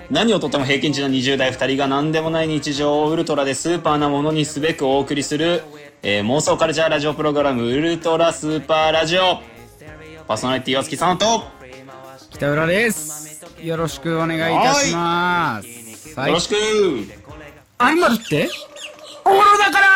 何をとっても平均値の20代2人が何でもない日常をウルトラでスーパーなものにすべくお送りする、妄想カルチャーラジオプログラムウルトラスーパーラジオ。パーソナリティは月さんと北浦です。よろしくお願いいたします。 はい、よろしく。 アニマルっておもろだから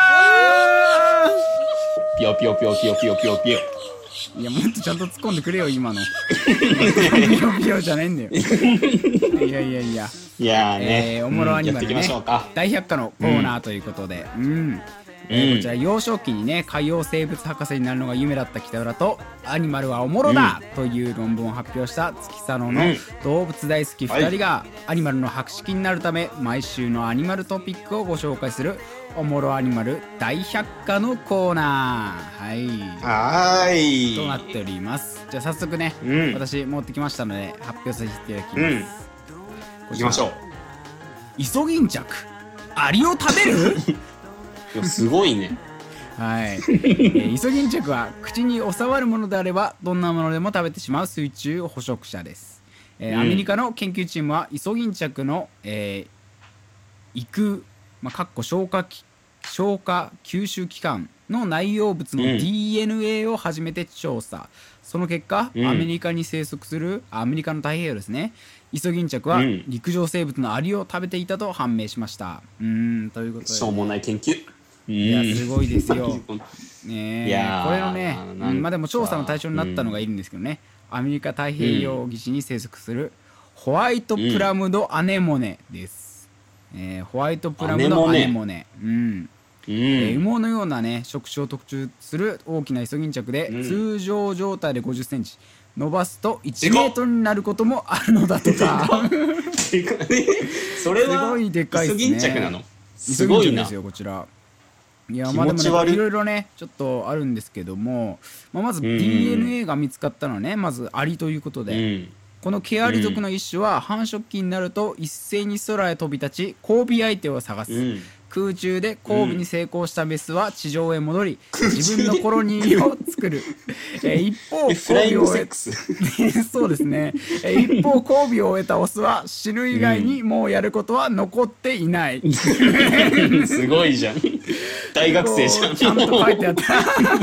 ピヨピヨピヨピヨピヨピヨピヨ。 いや、もっとちゃんと突っ込んでくれよ今のピヨピヨじゃないんだよ。いやいやね、 おもろアニマルね、大百科のコーナーということで、こちら幼少期にね海洋生物博士になるのが夢だった北浦と、アニマルはおもろだ、という論文を発表した月佐野の動物大好き2人がアニマルの博識になるため、毎週のアニマルトピックをご紹介するおもろアニマル大百科のコーナー、はいとなっております。じゃあ早速ね、私持ってきましたので発表させていただきます。 行きましょう。 イソギンチャク、アリを食べるすごいね。 はい、イソギンチャクは口に収まるものであればどんなものでも食べてしまう水中捕食者です。アメリカの研究チームはイソギンチャクの、胃腔、消化吸収器官の内容物の DNA を初めて調査。その結果、アメリカに生息するアメリカの太平洋ですね、イソギンチャクは陸上生物のアリを食べていたと判明しました。ということで、 しょうもない研究。 いやすごいですよ。これのね、でも調査の対象になったのがいるんですけどね、アメリカ太平洋岸に生息するホワイトプラムドアネモネです。ホワイトプラムドアネモネ、羽毛のようなね触手を特徴する大きなイソギンチャクで、通常状態で50センチ、伸ばすと1メートルになることもあるのだとか。 それはすごいでかいですね。 イソギンチャクなの？ すごいな。ですよこちら。いやでもいろいろねちょっとあるんですけども、まず DNA が見つかったのはね、まずアリということで、このケアリ属の一種は繁殖期になると一斉に空へ飛び立ち交尾相手を探す。空中で交尾に成功したメスは地上へ戻り、自分のコロニーを作る。一方交尾を終えそうですね。一方交尾を終えたオスは死ぬ以外にもうやることは残っていない。 すごいじゃん。大学生じゃん。 ちゃんと書いてあった。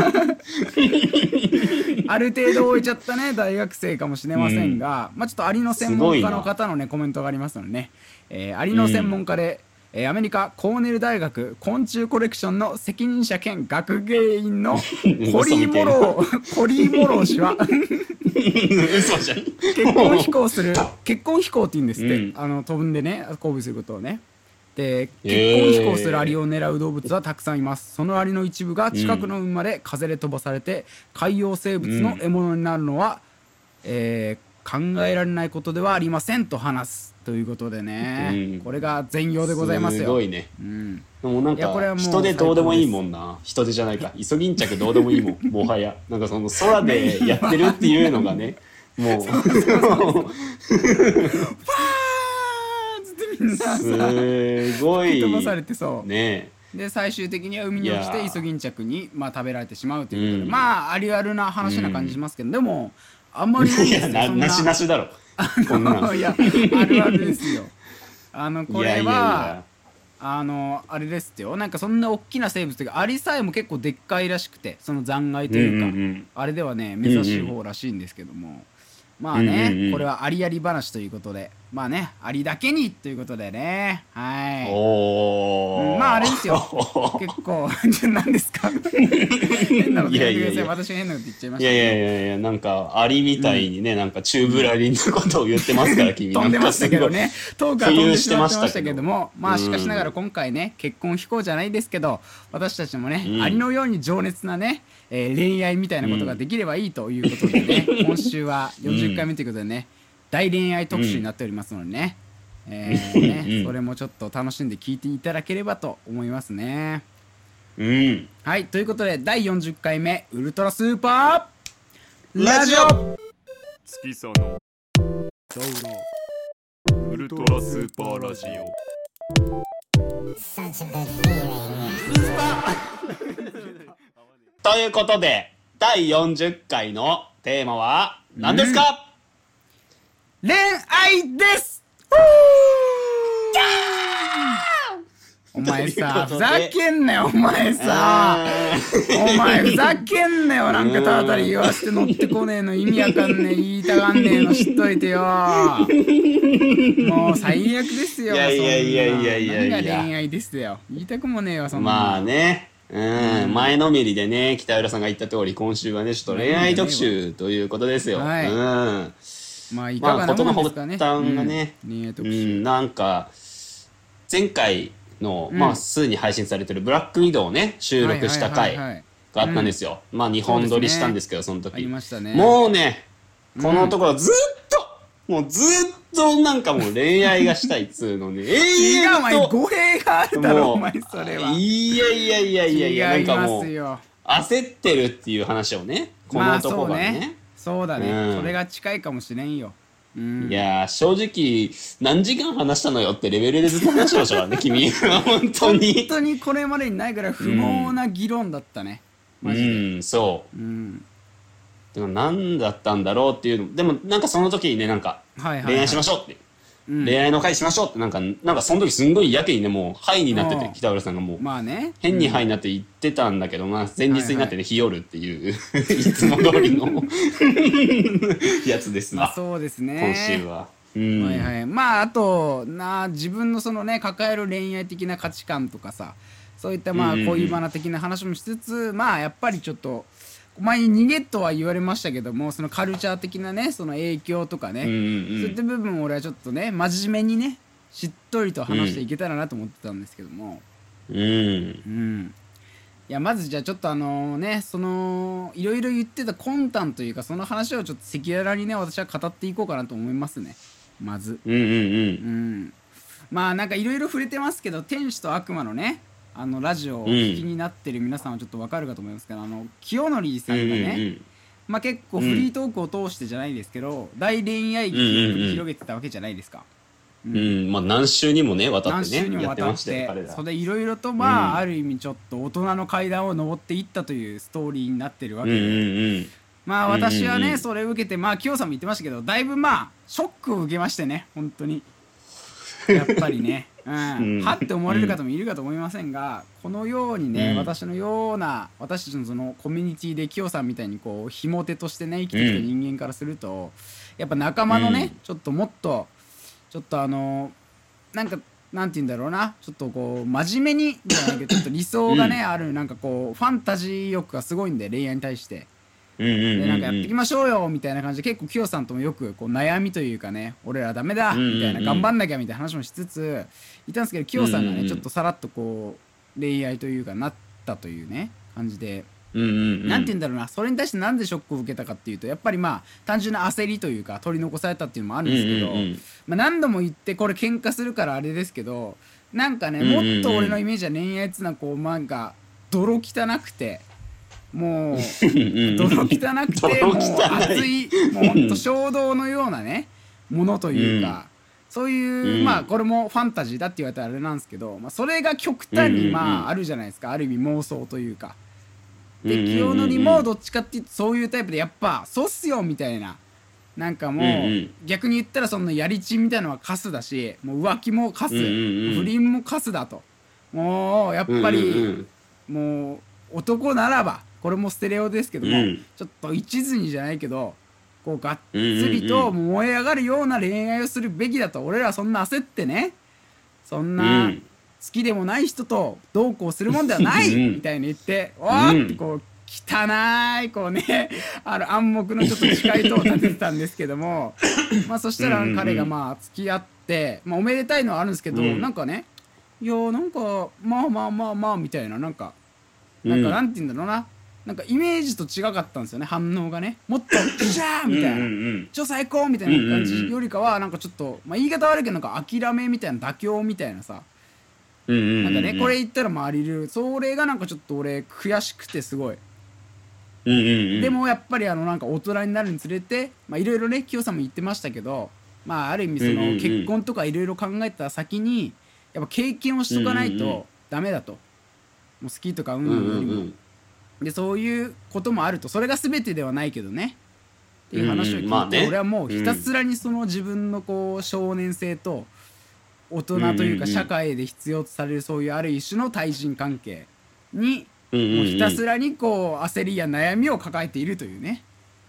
ある程度置いちゃったね大学生かもしれませんが、ちょっとアリの専門家の方のねコメントがありますのでね、アリの専門家で、アメリカコーネル大学昆虫コレクションの責任者兼学芸員のコリー・モロー氏は嘘じゃん。 結婚飛行って言うんですって、飛ぶんでね交尾することをね。で結婚飛行するアリを狙う動物はたくさんいます。そのアリの一部が近くの海まで風で飛ばされて海洋生物の獲物になるのは、考えられないことではありませんと話すということでね、これが全容でございますよ。 すごいね。でもなんか人でどうでもいいもんな。人でじゃないか、イソギンチャクどうでもいいもん。もはやなんかその空でやってるっていうのがねもうすごい飛ばされてそうね。 で最終的には海に落ちてイソギンチャクに食べられてしまうということで、ありあるな話な感じしますけど、でもあんまりないんですよ。 なしなしだろこんなん。 いやあるあるですよ。これはあれですよ、なんかそんな大きな生物というかアリさえも結構でっかいらしくて、その残骸というか、あれではね珍しい方らしいんですけども、これはありあり話ということで、ありだけにということでね、はい。あれですよ。結構何ですか。変なこと言ってください。私が変なこと言っちゃいました。 いやなんかアリみたいにね、なんか宙ぶらりんなことを言ってますから君。 飛んでましたけどね。トークは飛んでしまってましたけども、しかしながら今回ね結婚飛行じゃないですけど、私たちもねアリのように情熱なね恋愛みたいなことができればいいということでね、今週は40回目ということでね、大恋愛特集になっておりますのでね、それもちょっと楽しんで聞いていただければと思いますね。はい、ということで第40回目ウルトラスーパーラジオ月佐のウルトラスーパーラジオ。 ということで第40回のテーマは何ですか？ 恋愛です。 お前さ、ふざけんなよ、お前さ。お前ふざけんなよ、なんかただただ言わして乗ってこねえの意味わかんねえ、言いたがんねえの知っといてよ。もう最悪ですよ。 いやいやいやいやいやいや。 何が恋愛ですよ。言いたくもねえわ、そんな。 まあね。前のめりでね、北浦さんが言った通り、今週はね、ちょっと恋愛特集ということですよ。 はい。まあ、いかまあ、 が事の発なもんですかね。 端がね、 恋愛特集。 なんか、前回の、まあ、すでに配信されてるブラックウィドウをね、収録した回があったんですよ。まあ、2本撮りしたんですけど、その時。 ありましたね。 もうね、このところずっとなんかもう恋愛がしたいっつうのね、 違う、お前、語弊があるだろ、お前、それは。 いや、なんかもう、 違いますよ。 焦ってるっていう話をね、この男がね。 そうだね。それが近いかもしれんよ。 いやー、正直、何時間話したのよってレベルでずっと話してましたからね、君。本当に。 本当にこれまでにないぐらい不毛な議論だったね。マジで。 そう。でも何だったんだろうっていうの。でもなんかその時にね、なんか、恋愛しましょうって。恋愛の会しましょうってなんかその時すんごいやけにね、もう、ハイになってて、北浦さんがもう、 まあね。 変にハイになって言ってたんだけど、まあ、前日になってね、日和るっていう、いつも通りのやつですわ。 そうですね。 今週は。 まあ、あと、自分のそのね、抱える恋愛的な価値観とかさ、そういったまあ、恋バナ的な話もしつつ、まあ、やっぱりちょっと、前に逃げとは言われましたけども、そのカルチャー的なね、その影響とかね、そういった部分を俺はちょっとね、真面目にね、しっとりと話していけたらなと思ってたんですけども。いや、まずじゃあちょっとその、いろいろ言ってた魂胆というか、その話をちょっと赤裸々にね、私は語っていこうかなと思いますね。まず。まあなんかいろいろ触れてますけど、天使と悪魔のね、ラジオをお聞きになってる皆さんはちょっとわかるかと思いますけど、清則さんがね、まあ結構フリートークを通してじゃないですけど、大恋愛劇を繰り広げてたわけじゃないですか。 まあ何週にもね、渡ってね、やってましたよ、彼ら。 それでいろいろとまあ、ある意味ちょっと大人の階段を上っていったというストーリーになってるわけで、まあ私はね、それを受けて、まあ清さんも言ってましたけど、だいぶまあ、ショックを受けましてね、本当に。やっぱりね。はって思われる方もいるかと思いませんが、このようにね、私のような私たちのそのコミュニティでキヨさんみたいにこうひも手としてね生きてきた人間からすると、やっぱ仲間のね、ちょっともっとちょっとなんかなんて言うんだろうな、ちょっとこう真面目にじゃないけどちょっと理想がね、あるなんかこうファンタジー欲がすごいんで、恋愛に対して。でなんかやっていきましょうよみたいな感じで、結構キヨさんともよくこう悩みというかね、俺らダメだみたいな、頑張んなきゃみたいな話もしつついたんですけど、キヨさんがねちょっとさらっとこう恋愛というかなったというね感じで、なんて言うんだろうな、それに対してなんでショックを受けたかっていうと、やっぱりまあ単純な焦りというか取り残されたっていうのもあるんですけど、まあ何度も言ってこれ喧嘩するからあれですけど、なんかねもっと俺のイメージは恋愛っていうのはこうなんか泥汚くて、もう泥汚くて、もう熱い、もうほんと衝動のようなねものというか、そういうまあこれもファンタジーだって言われたらあれなんですけど、まあそれが極端にまああるじゃないですか、ある意味妄想というか。で清則もどっちかっていうとそういうタイプで、やっぱそうっすよみたいな、なんかもう逆に言ったらそのやりちんみたいなのはカスだし、もう浮気もカス、不倫もカスだと、もうやっぱりもう男ならば、これもステレオですけども、ちょっと一途にじゃないけどこうがっつりと燃え上がるような恋愛をするべきだと。俺らそんな焦ってね、そんな好きでもない人とどうこうするもんではないみたいに言って、おーってこう汚いこうね暗黙のちょっと誓いとを立ててたんですけどもまあそしたら彼がまあ付き合って、まあおめでたいのはあるんですけど、なんかね、いやなんかまあみたいな、なんかなんて言うんだろうな、なんかイメージと違かったんですよね、反応がね。もっと「じゃあ!」みたいな「超最高!」みたいな感じよりかは、なんかちょっと、まあ、言い方悪いけどなんか諦めみたいな、妥協みたいなさ、なんかねこれ言ったら周りいる、それがなんかちょっと俺悔しくてすごい。でもやっぱりなんか大人になるにつれて、まあいろいろねキヨさんも言ってましたけど、まあある意味その結婚とかいろいろ考えた先にやっぱ経験をしとかないとダメだと。もう好きとかよりもでそういうこともあると、それが全てではないけどね、 っていう話を聞いて、 まあね、 俺はもうひたすらにその自分のこう少年性と大人というか社会で必要とされるそういうある一種の対人関係にもうひたすらにこう焦りや悩みを抱えているというね、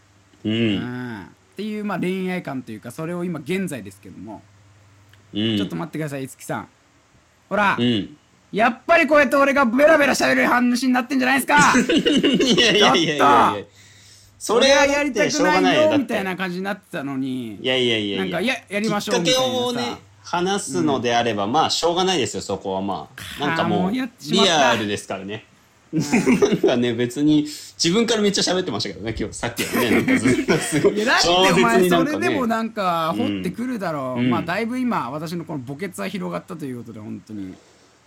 っていうまあ恋愛観というか、それを今現在ですけども、ちょっと待ってください、いつきさん。ほら、やっぱりこうやって俺がベラベラ喋る話になってんじゃないですか。 いやいやいやいやいや、それはやりたくないよみたいな感じになってたのに、 いやいやいやいや、 なんかやりましょうみたいなさ。 きっかけをね話すのであれば、まあしょうがないですよ、そこは。まあなんかもうリアルですからね。なんかね、別に自分からめっちゃ喋ってましたけどね、今日さっきはね、なんかずっとすごい。 いやだってお前それでもなんか掘ってくるだろう。まあだいぶ今私のこの墓穴は広がったということで、本当に。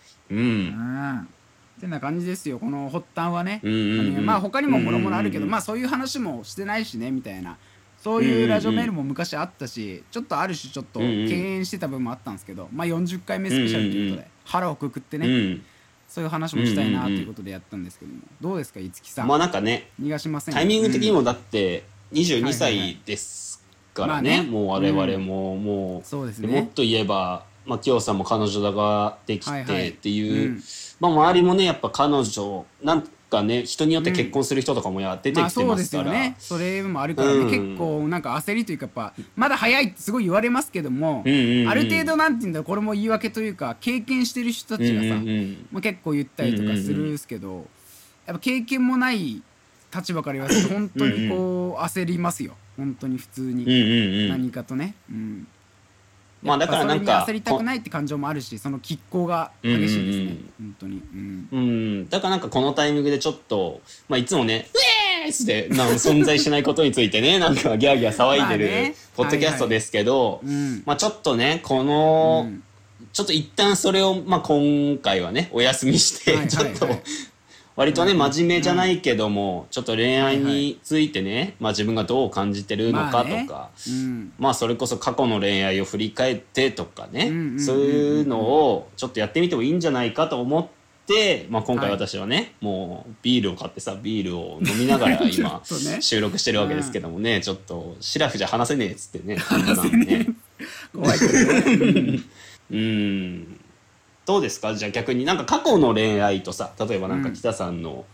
ってな感じですよ、この発端はね。まあ他にももろもろあるけど、まあそういう話もしてないしねみたいな、そういうラジオメールも昔あったし、ちょっとある種ちょっと敬遠してた部分もあったんですけど、まあ40回目スペシャルということで腹をくくってね、そういう話もしたいなということでやったんですけども、どうですかいつきさん。 まあなんかね、 逃がしません。 タイミング的にもだって22歳ですからね、もう我々ももう、 そうですね、 もっと言えば、まあきよさんも彼女ができてっていう、まあ周りもねやっぱ彼女なんかね、人によって結婚する人とかも出てきてますから、 そうですよね、それもあるからね、結構なんか焦りというか、やっぱまだ早いってすごい言われますけども、ある程度なんていうんだろう、これも言い訳というか経験してる人たちがさ、まあ、結構言ったりとかするんですけど、やっぱ経験もない立場から言わせると本当にこう焦りますよ、本当に普通に何かとね。まあだからなんか焦りたくないって感情もあるし、その拮抗が激しいですね、本当に。 だからなんかこのタイミングでちょっと、まあいつもね、ウェースで存在しないことについてね、なんかギャーギャー騒いでるポッドキャストですけど、まあちょっとね、この、ちょっと一旦それを、まあ今回はね、お休みして、ちょっと、割とね、真面目じゃないけども、ちょっと恋愛についてね、まあ自分がどう感じてるのかとか、まあそれこそ過去の恋愛を振り返ってとかね、そういうのをちょっとやってみてもいいんじゃないかと思って、まあ今回私はね、もうビールを買ってさ、ビールを飲みながら今収録してるわけですけどもね、ちょっとシラフじゃ話せねえっつってね、話せねえ。怖いけどね。どうですか、じゃあ逆になんか過去の恋愛とさ、例えばなんか北さんの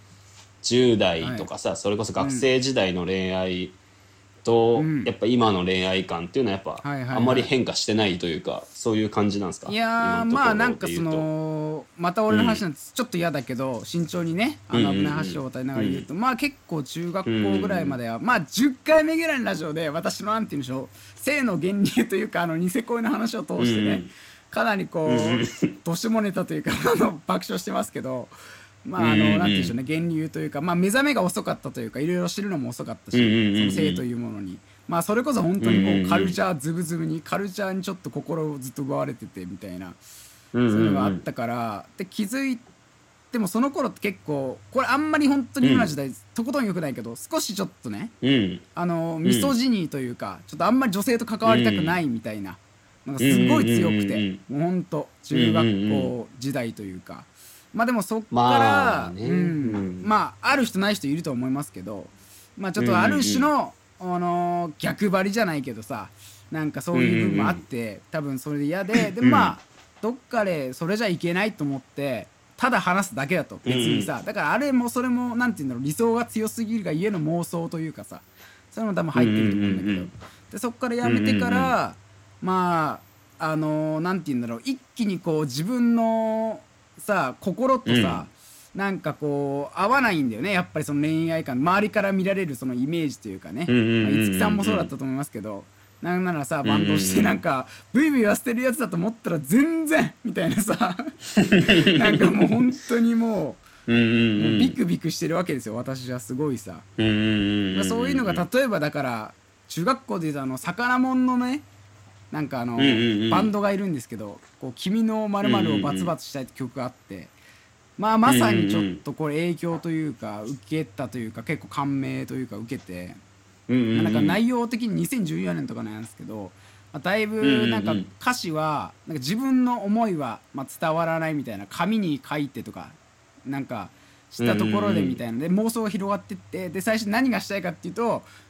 10代とかさ、それこそ学生時代の恋愛と、やっぱ今の恋愛観っていうのはやっぱあんまり変化してないというか、そういう感じなんですか。 いやー、まあなんかそのまた俺の話なんてちょっと嫌だけど、慎重にね危ない話を与えながら言うと、まあ結構中学校ぐらいまでは、まあ10回目ぐらいのラジオで私のなんていうんでしょう、性の源流というかニセ恋の話を通してね、かなりこうどしもネタというか爆笑してますけど、まあなんていうんでしょうね、源流というか、まあ目覚めが遅かったというか、いろいろ知るのも遅かったし、その性というものに、まあそれこそ本当にこうカルチャーズブズブに、カルチャーにちょっと心をずっと奪われててみたいな、そういうのがあったから、で気づいてもその頃って結構これあんまり本当に今の時代とことん良くないけど、少しちょっとね、ミソジニーというか、ちょっとあんまり女性と関わりたくないみたいな。なんかすごい強くて、もうほんと中学校時代というか、まあでもそっからまあある人ない人いると思いますけど、まあちょっとある種の逆張りじゃないけどさ、なんかそういう部分もあって、多分それで嫌で、でまあどっかでそれじゃいけないと思ってただ話すだけだと、別にさ、だからあれもそれもなんていうんだろう、理想が強すぎるがゆえの妄想というかさ、そういうのも多分入ってると思うんだけど、でそっからやめてからまあなんて言うんだろう、一気にこう自分のさ心とさ、なんかこう合わないんだよね、やっぱりその恋愛観、周りから見られるそのイメージというかね、五木さんもそうだったと思いますけど、なんならさバンドしてなんかブイブイ言わせてるやつだと思ったら全然みたいなさなんかもう本当にもうビクビクしてるわけですよ、私はすごいさ。そういうのが例えばだから中学校で言うと魚もんのね、なんかバンドがいるんですけど、こう君の〇〇をバツバツしたいって曲があって、まあまさにちょっとこれ影響というか受けたというか、結構感銘というか受けて、なんか内容的に2014年とかなんですけど、だいぶなんか歌詞はなんか自分の思いは伝わらないみたいな、紙に書いてとかなんかしたところでみたいなで妄想が広がってって、で最初何がしたいかっていうと、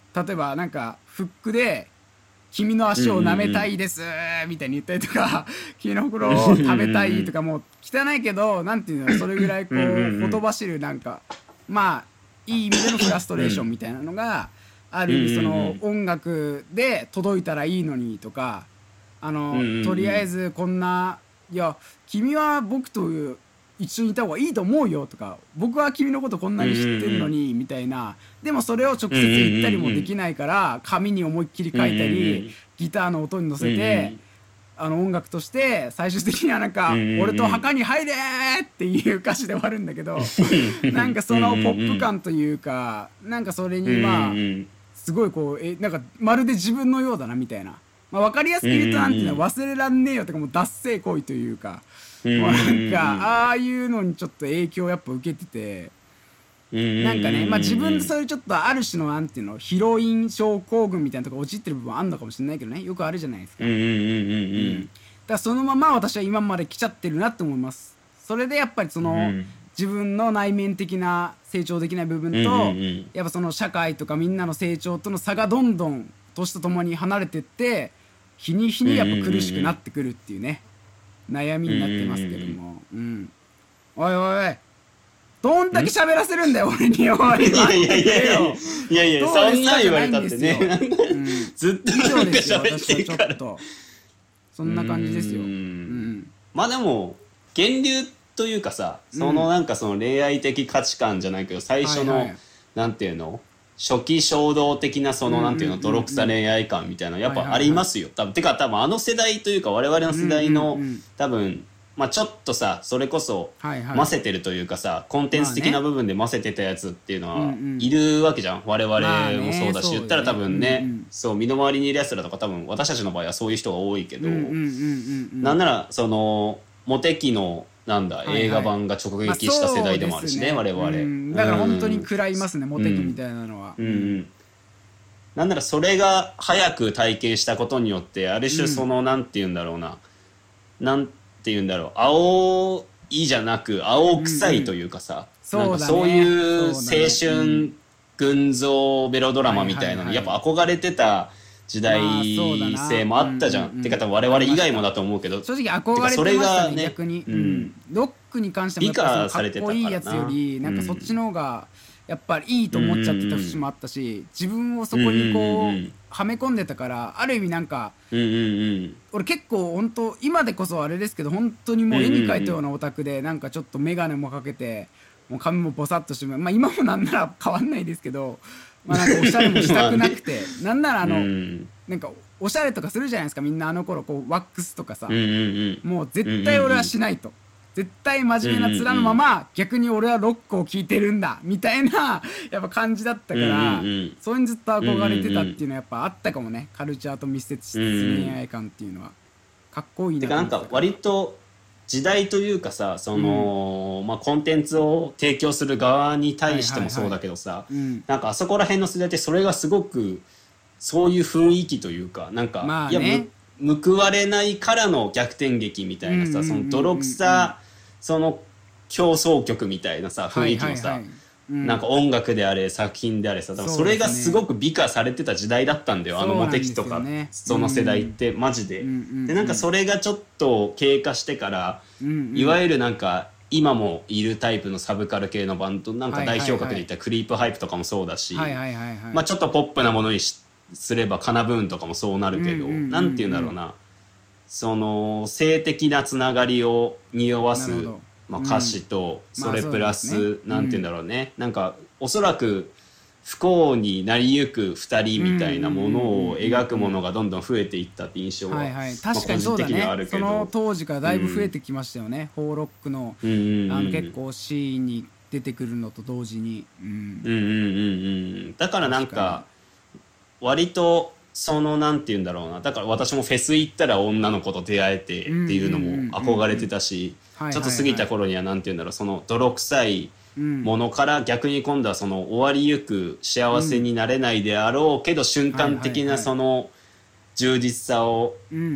例えばなんかフックで君の足を舐めたいですみたいに言ったりとか、君のほくろを食べたいとか、もう汚いけどなんていうの、それぐらいこうほとばしる、なんかまあいい意味でのフラストレーションみたいなのがある意味その音楽で届いたらいいのにとか、とりあえずこんないや君は僕と一緒にいた方がいいと思うよとか、僕は君のことこんなに知ってるのにみたいな、でもそれを直接言ったりもできないから紙に思いっきり書いたりギターの音に乗せて音楽として最終的にはなんか俺と墓に入れっていう歌詞で終わるんだけど、なんかそのポップ感というか、なんかそれにまあすごいこうなんかまるで自分のようだなみたいな、まあ、分かりやすく言うとなんていうの忘れらんねえよとか、もう脱性行為というか、もうなんかああいうのにちょっと影響をやっぱ受けてて、なんかね、まあ自分でそういうちょっとある種のなんていうのヒロイン症候群みたいなとこ陥ってる部分あんのかもしれないけどね、よくあるじゃないですか。だからそのまま私は今まで来ちゃってるなって思います。それでやっぱりその自分の内面的な成長できない部分とやっぱその社会とかみんなの成長との差がどんどん年とともに離れてって日に日にやっぱ苦しくなってくるっていうね悩みになってますけども、おいおいおいどんだけ喋らせるんだよ俺に。おいいやいやそんなん言われたってね、ずっとなんか喋ってるから、 そんな感じですよ。 まあでも源流というかさ、そのなんかその恋愛的価値観じゃないけど最初のなんていうの初期衝動的なそのなんていうの泥臭恋愛感みたいなやっぱありますよ。多分てか多分あの世代というか我々の世代の多分まあちょっとさそれこそ混ぜてるというかさコンテンツ的な部分で混ぜてたやつっていうのはいるわけじゃん。我々もそうだし言ったら多分ねそう身の回りにいるやつらとか多分私たちの場合はそういう人が多いけど、なんならそのモテ期のなんだ映画版が直撃した世代でもあるしね、我々。 だから本当に食らいますねモテ期みたいなのは。 なんならそれが早く体験したことによってある種そのなんて言うんだろうな、なんて言うんだろう、青いじゃなく青臭いというかさ、なんかそういう青春群像ベロドラマみたいなのやっぱ憧れてた時代性もあったじゃん。てか多分我々以外もだと思うけど、 正直憧れてましたね逆に。ロックに関してもやっぱかっこいいやつよりなんかそっちの方がやっぱりいいと思っちゃってた節もあったし、自分をそこにこうはめ込んでたから、ある意味なんか俺結構本当今でこそあれですけど本当にもう絵に描いたようなオタクで、なんかちょっと眼鏡もかけてもう髪もボサッとして、まあ今もなんなら変わんないですけど、まあなんかおしゃれもしたくなくてなんならなんかおしゃれとかするじゃないですかみんなあの頃こうワックスとかさ、もう絶対俺はしないと、絶対真面目な面のまま逆に俺はロックを聴いてるんだみたいなやっぱ感じだったから、それにずっと憧れてたっていうのはやっぱあったかもね。カルチャーと密接した恋愛感っていうのはかっこいいな。 てかなんか割と時代というかさその、まあ、コンテンツを提供する側に対してもそうだけどさ、なんかあそこら辺の世代ってそれがすごくそういう雰囲気というかなんか、 まあね、 いや報われないからの逆転劇みたいなさ、その泥臭その競争曲みたいなさ雰囲気のさ、なんか音楽であれ作品であれさ、それがすごく美化されてた時代だったんだよ、あのモテ期とかその世代ってマジで。でなんかそれがちょっと経過してから、いわゆるなんか今もいるタイプのサブカル系のバンドなんか代表格で言ったらクリープハイプとかもそうだし、まあちょっとポップなものにすればカナブーンとかもそうなるけど、なんて言うんだろうな、その性的なつながりを匂わす、まあ、歌詞とそれプラスなんて言うんだろうね、なんかおそらく不幸になりゆく2人みたいなものを描くものがどんどん増えていったって印象は確かにそうだね。その当時からだいぶ増えてきましたよね、ホーロックの結構シーンに出てくるのと同時に。 だからなんか割とそのなんて言うんだろうな、だから私もフェス行ったら女の子と出会えてっていうのも憧れてたし、ちょっと過ぎた頃にはなんて言うんだろう、その泥臭いものから逆に今度はその終わりゆく幸せになれないであろうけど瞬間的なその充実さを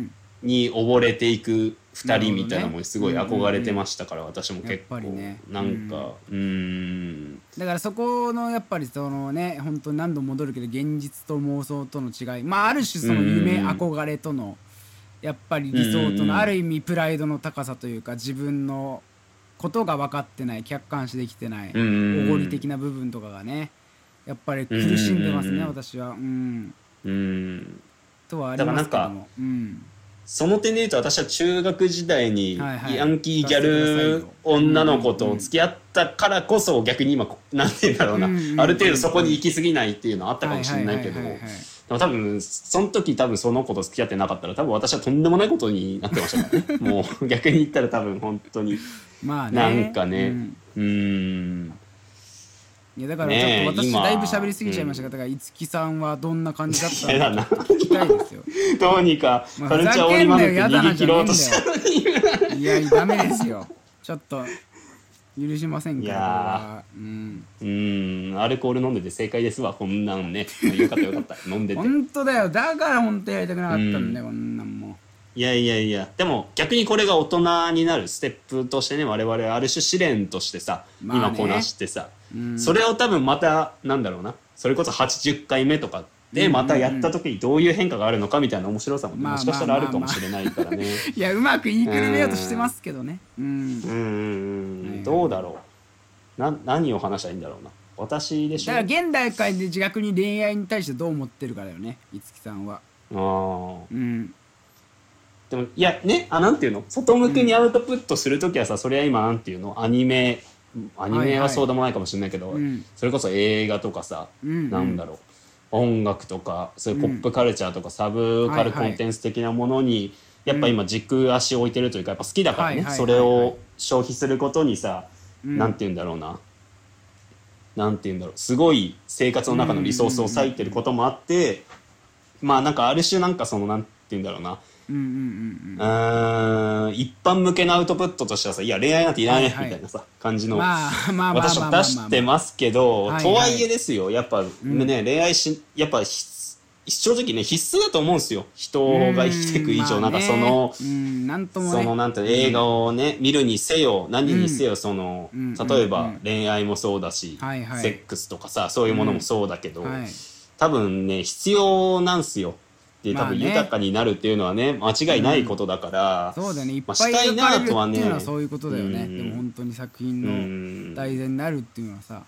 に溺れていく2人みたいなのもすごい憧れてましたから、私も結構なんかだからそこのやっぱりそのね本当に何度も戻るけど現実と妄想との違い、まあある種その夢憧れとのやっぱり理想とのある意味プライドの高さというか、自分のことが分かってない、客観視できてないおごり的な部分とかがねやっぱり苦しんでますね、私は。とはありますけども、 その点で言うと私は中学時代にヤンキーギャル女の子と付き合ったからこそ逆に今なんて言うんだろうな、ある程度そこに行き過ぎないっていうのはあったかもしれないけど、でも多分その時その子と付き合ってなかったら多分私はとんでもないことになってましたからねもう逆に言ったら多分本当になんかね、 いやだからちょっと私だいぶ喋りすぎちゃいましたが、だから五木さんはどんな感じだったのか聞きたいですよ。 どうにかカルチャーを織り交ぜて逃げ切ろうとしたのにいやダメですよ、ちょっと許しませんから。 アルコール飲んでて正解ですわ、こんなんね。よかったよかった飲んでて本当だよ、だから本当やりたくなかったんだよ、こんなんも。 いやでも逆にこれが大人になるステップとしてね、我々はある種試練としてさ、今こなしてさ、それを多分またなんだろうな、それこそ80回目とかでまたやった時にどういう変化があるのかみたいな面白さももしかしたらあるかもしれないからね。 いやうまく言いくるめようとしてますけどね。 どうだろう、何を話したらいいんだろうな。私でしょ。 だから現代界で自覚に恋愛に対してどう思ってるかだよね、五木さんは。 でもいやね、なんていうの、外向けにアウトプットするときはさ、それは今なんていうの、アニメはそうでもないかもしれないけど、それこそ映画とかさ、なんだろう、音楽とかそういうポップカルチャーとかサブカルコンテンツ的なものにやっぱ今軸足を置いてるというか、やっぱ好きだからね、それを消費することにさ、なんていうんだろうな、なんていうんだろう、すごい生活の中のリソースを割いてることもあって、まあなんかある種なんかそのなんていうんだろうな、一般向けのアウトプットとしてはさ、いや恋愛なんていらないみたいなさ感じの私は出してますけど、とはいえですよ、やっぱね、恋愛やっぱ正直ね必須だと思うんですよ、人が生きていく以上。なんかそのなんて映画をね見るにせよ何にせよ、その例えば恋愛もそうだし、セックスとかさ、そういうものもそうだけど、多分ね必要なんすよ。で多分豊かになるっていうのはね間違いないことだから、 そうだよね、いっぱい描かれるっていうのはそういうことだよね。でも本当に作品の題材になるっていうのはさ、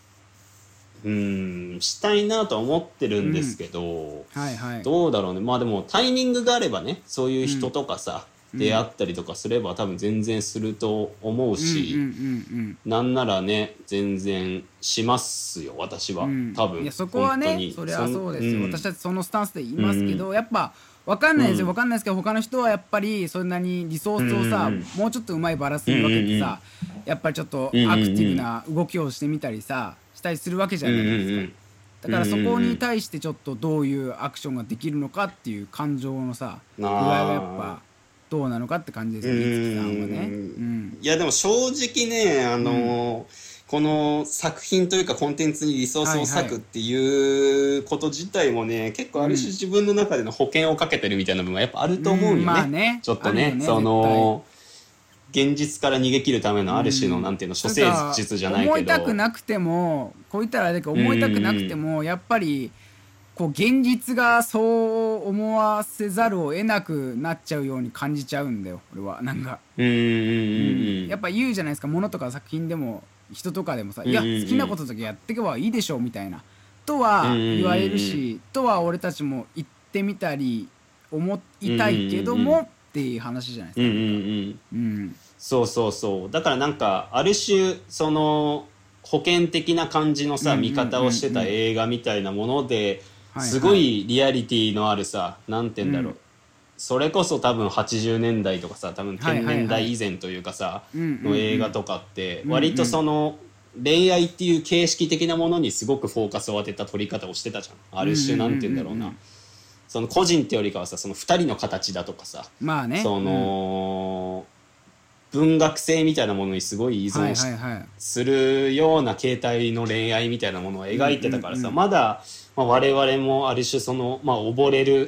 したいなとは思ってるんですけど、どうだろうね。まあでもタイミングがあればね、そういう人とかさ、出会ったりとかすれば多分全然すると思うし、なんならね全然しますよ私は、多分。 いやそこはねそれはそうですよ、私たちそのスタンスで言いますけど、やっぱ分かんないですよ、分かんないですけど他の人はやっぱりそんなにリソースをさ、もうちょっとうまいバランスに分けてさ、やっぱりちょっとアクティブな動きをしてみたりさしたりするわけじゃないですか。だからそこに対してちょっとどういうアクションができるのかっていう感情のさ具合がやっぱどうなのかって感じですよ、五木さんはね。 いやでも正直ね、この作品というかコンテンツにリソースを割くっていうこと自体もね、結構ある種自分の中での保険をかけてるみたいな部分はやっぱあると思うよね。ちょっとね、その現実から逃げ切るためのある種のなんていうの、処世術じゃないけど、 思いたくなくてもこう言ったらあれだけど、思いたくなくてもやっぱりこう現実がそう思わせざるを得なくなっちゃうように感じちゃうんだよ俺は。なんかやっぱ言うじゃないですか、物とか作品でも人とかでもさ、いや好きなことだけやっていけばいいでしょみたいなとは言われるし、とは俺たちも言ってみたり思いたいけどもっていう話じゃないですか。 そうそうそう、だからなんかある種その保険的な感じのさ見方をしてた映画みたいなものですごいリアリティのあるさ、なんて言うんだろう、それこそ多分80年代とかさ、多分1000年代以前というかさの映画とかって割とその恋愛っていう形式的なものにすごくフォーカスを当てた撮り方をしてたじゃん。ある種なんて言うんだろうな、その個人ってよりかはさ、その2人の形だとかさ、その文学性みたいなものにすごい依存するような形態の恋愛みたいなものを描いてたからさ、まだ我々もある種その溺れる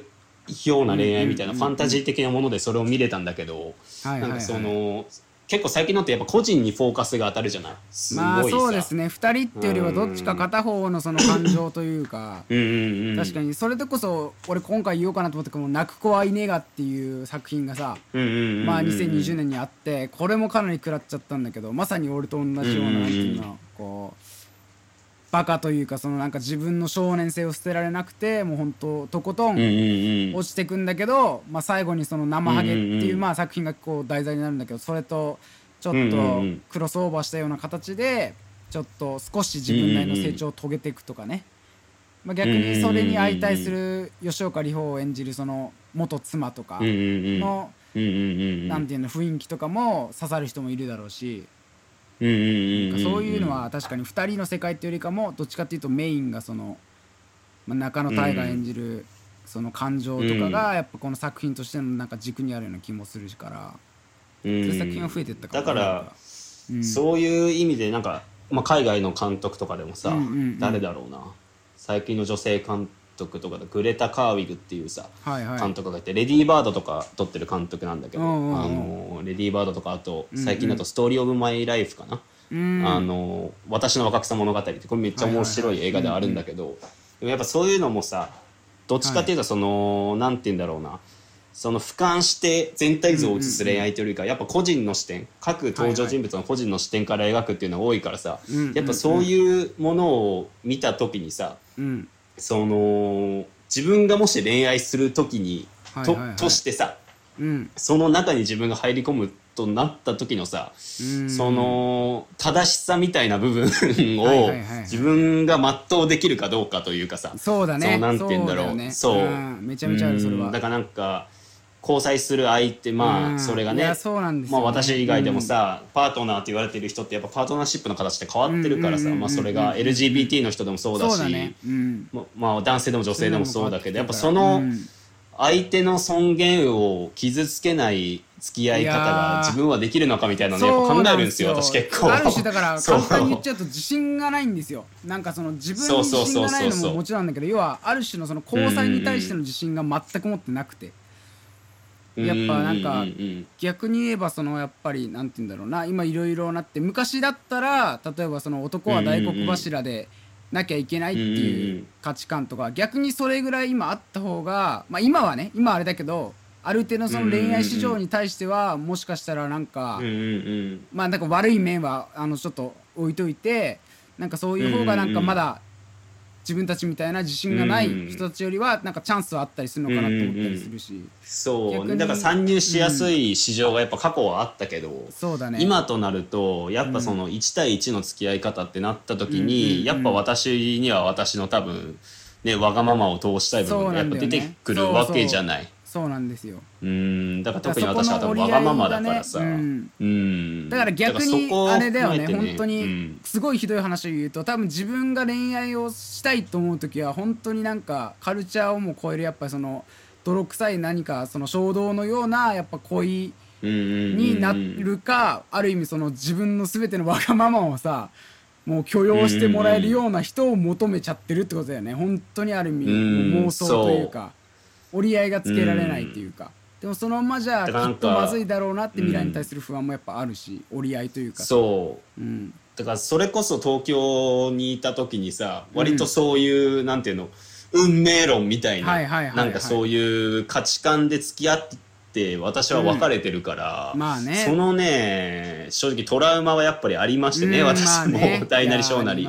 ような恋愛みたいなファンタジー的なものでそれを見れたんだけど、なんかその結構最近のってやっぱ個人にフォーカスが当たるじゃない。すごいさ、 まあそうですね、2人ってよりはどっちか片方のその感情というか確かにそれでこそ俺今回言おうかなと思ったけど、泣く子はいねがっていう作品がさ、まあ2020年にあって、これもかなり食らっちゃったんだけど、まさに俺と同じようななんていうのこうバカというか、そのなんか自分の少年性を捨てられなくて、もう本当とことん落ちてくんだけど、まあ最後にその生ハゲっていうまあ作品がこう題材になるんだけど、それとちょっとクロスオーバーしたような形でちょっと少し自分なりの成長を遂げていくとかね、まあ逆にそれに相対する吉岡里帆を演じるその元妻とかのなんていうの雰囲気とかも刺さる人もいるだろうし、そういうのは確かに2人の世界っていうよりかもどっちかっていうとメインがその、まあ、中野大が演じるその感情とかがやっぱこの作品としてのなんか軸にあるような気もするから、そういう作品が増えていったかも。 だから、そういう意味でなんか、まあ、海外の監督とかでもさ、誰だろうな、最近の女性監督とかでグレタ・カーウィグっていうさ、監督がいて、レディーバードとか撮ってる監督なんだけど、レディーバードとか、あと最近だとストーリーオブマイライフかな、私の若草物語ってこれめっちゃ面白い映画ではあるんだけど、でもやっぱそういうのもさ、どっちかっていうとその、なんて言うんだろうな、その俯瞰して全体像を映す恋愛というよりか、やっぱ個人の視点、各登場人物の個人の視点から描くっていうのが多いからさ、やっぱそういうものを見た時にさ、その自分がもし恋愛する時にとしてさ、その中に自分が入り込むとなった時のさ、その正しさみたいな部分を自分が全うできるかどうかというかさ、 そうだね、 そうなんて言うんだろう、そう、 めちゃめちゃあるそれは。 だからなんか交際する相手、まあそれがね、まあ私以外でもさ、パートナーって言われてる人ってやっぱパートナーシップの形って変わってるからさ、まあそれが LGBT の人でもそうだし、まあ男性でも女性でもそうだけど、やっぱその相手の尊厳を傷つけない付き合い方が自分はできるのかみたいなのやっぱ考えるんですよ、私結構。 ある種だから簡単に言っちゃうと自信がないんですよ。なんかその自分に自信がないのももちろんなんだけど、要はある種のその交際に対しての自信が全く持ってなくて、やっぱなんか逆に言えばそのやっぱりなんて言うんだろうな、今いろいろなって、昔だったら例えばその男は大黒柱でなきゃいけないっていう価値観とか、逆にそれぐらい今あった方が、まあ今はね、今あれだけど、ある程度その恋愛市場に対してはもしかしたらなんかまあなんか悪い面はちょっと置いといて、なんかそういう方がなんかまだ自分たちみたいな自信がない人たちよりはなんかチャンスはあったりするのかなと思ったりするし、 そうだから参入しやすい市場がやっぱ過去はあったけど、今となるとやっぱその1対1の付き合い方ってなった時に、やっぱ私には私の多分ね、わがままを通したい部分がやっぱ出てくるわけじゃない。 そうなんですよ。 だから特に私は多分わがままだからさ、 だから逆にあれだよね、本当にすごいひどい話を言うと、多分自分が恋愛をしたいと思う時は本当になんかカルチャーをも超えるやっぱりその泥臭い何かその衝動のようなやっぱ恋になるか、ある意味その自分の全てのわがままをさもう許容してもらえるような人を求めちゃってるってことだよね。本当にある意味妄想というか折り合いがつけられないっていうか、でもそのままじゃきっとまずいだろうなって未来に対する不安もやっぱあるし、折り合いというか、 だからそれこそ東京にいた時にさ、割とそういうなんていうの、運命論みたいな、なんかそういう価値観で付き合って私は別れてるから、そのね正直トラウマはやっぱりありましてね、私も大なり小なり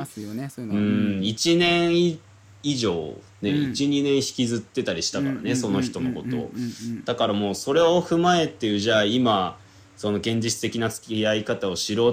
1年以上ね、12年引きずってたりしたからね、その人のことを。だからもうそれを踏まえて、じゃあ今その現実的な付き合い方をしろ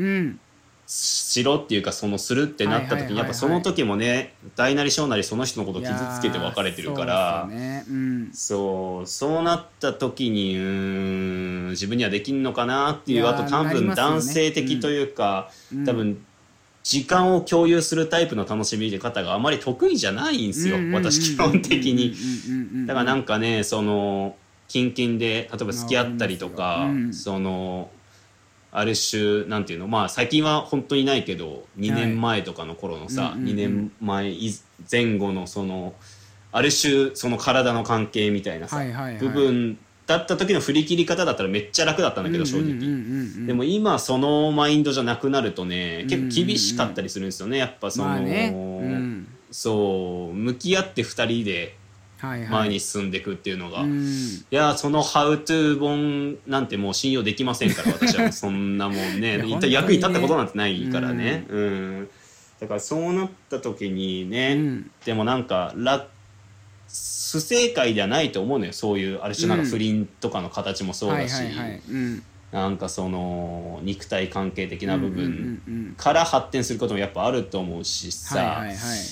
っていうか、そのするってなった時にやっぱその時もね、大なり小なりその人のことを傷つけて別れてるから、そうなった時に自分にはできんのかなっていう、あと多分男性的というか、多分時間を共有するタイプの楽しみ方があまり得意じゃないんですよ、私基本的に。だからなんかね、そのキンキンで例えば付き合ったりとか、そのある種なんていうの、まあ最近は本当にないけど2年前とかの頃のさ、2年前前後のそのある種その体の関係みたいなさ、部分だった時の振り切り方だったらめっちゃ楽だったんだけど正直。でも今そのマインドじゃなくなるとね結構厳しかったりするんですよね。やっぱその、そう向き合って2人で前に進んでいくっていうのが、いやその「How to」本なんてもう信用できませんから私はそんなもんね役に立ったことなんてないからね。だからそうなった時にね、でもなんか不正解ではないと思うのよ。そういうある種なんか不倫とかの形もそうだし、なんかその肉体関係的な部分から発展することもやっぱあると思うしさ、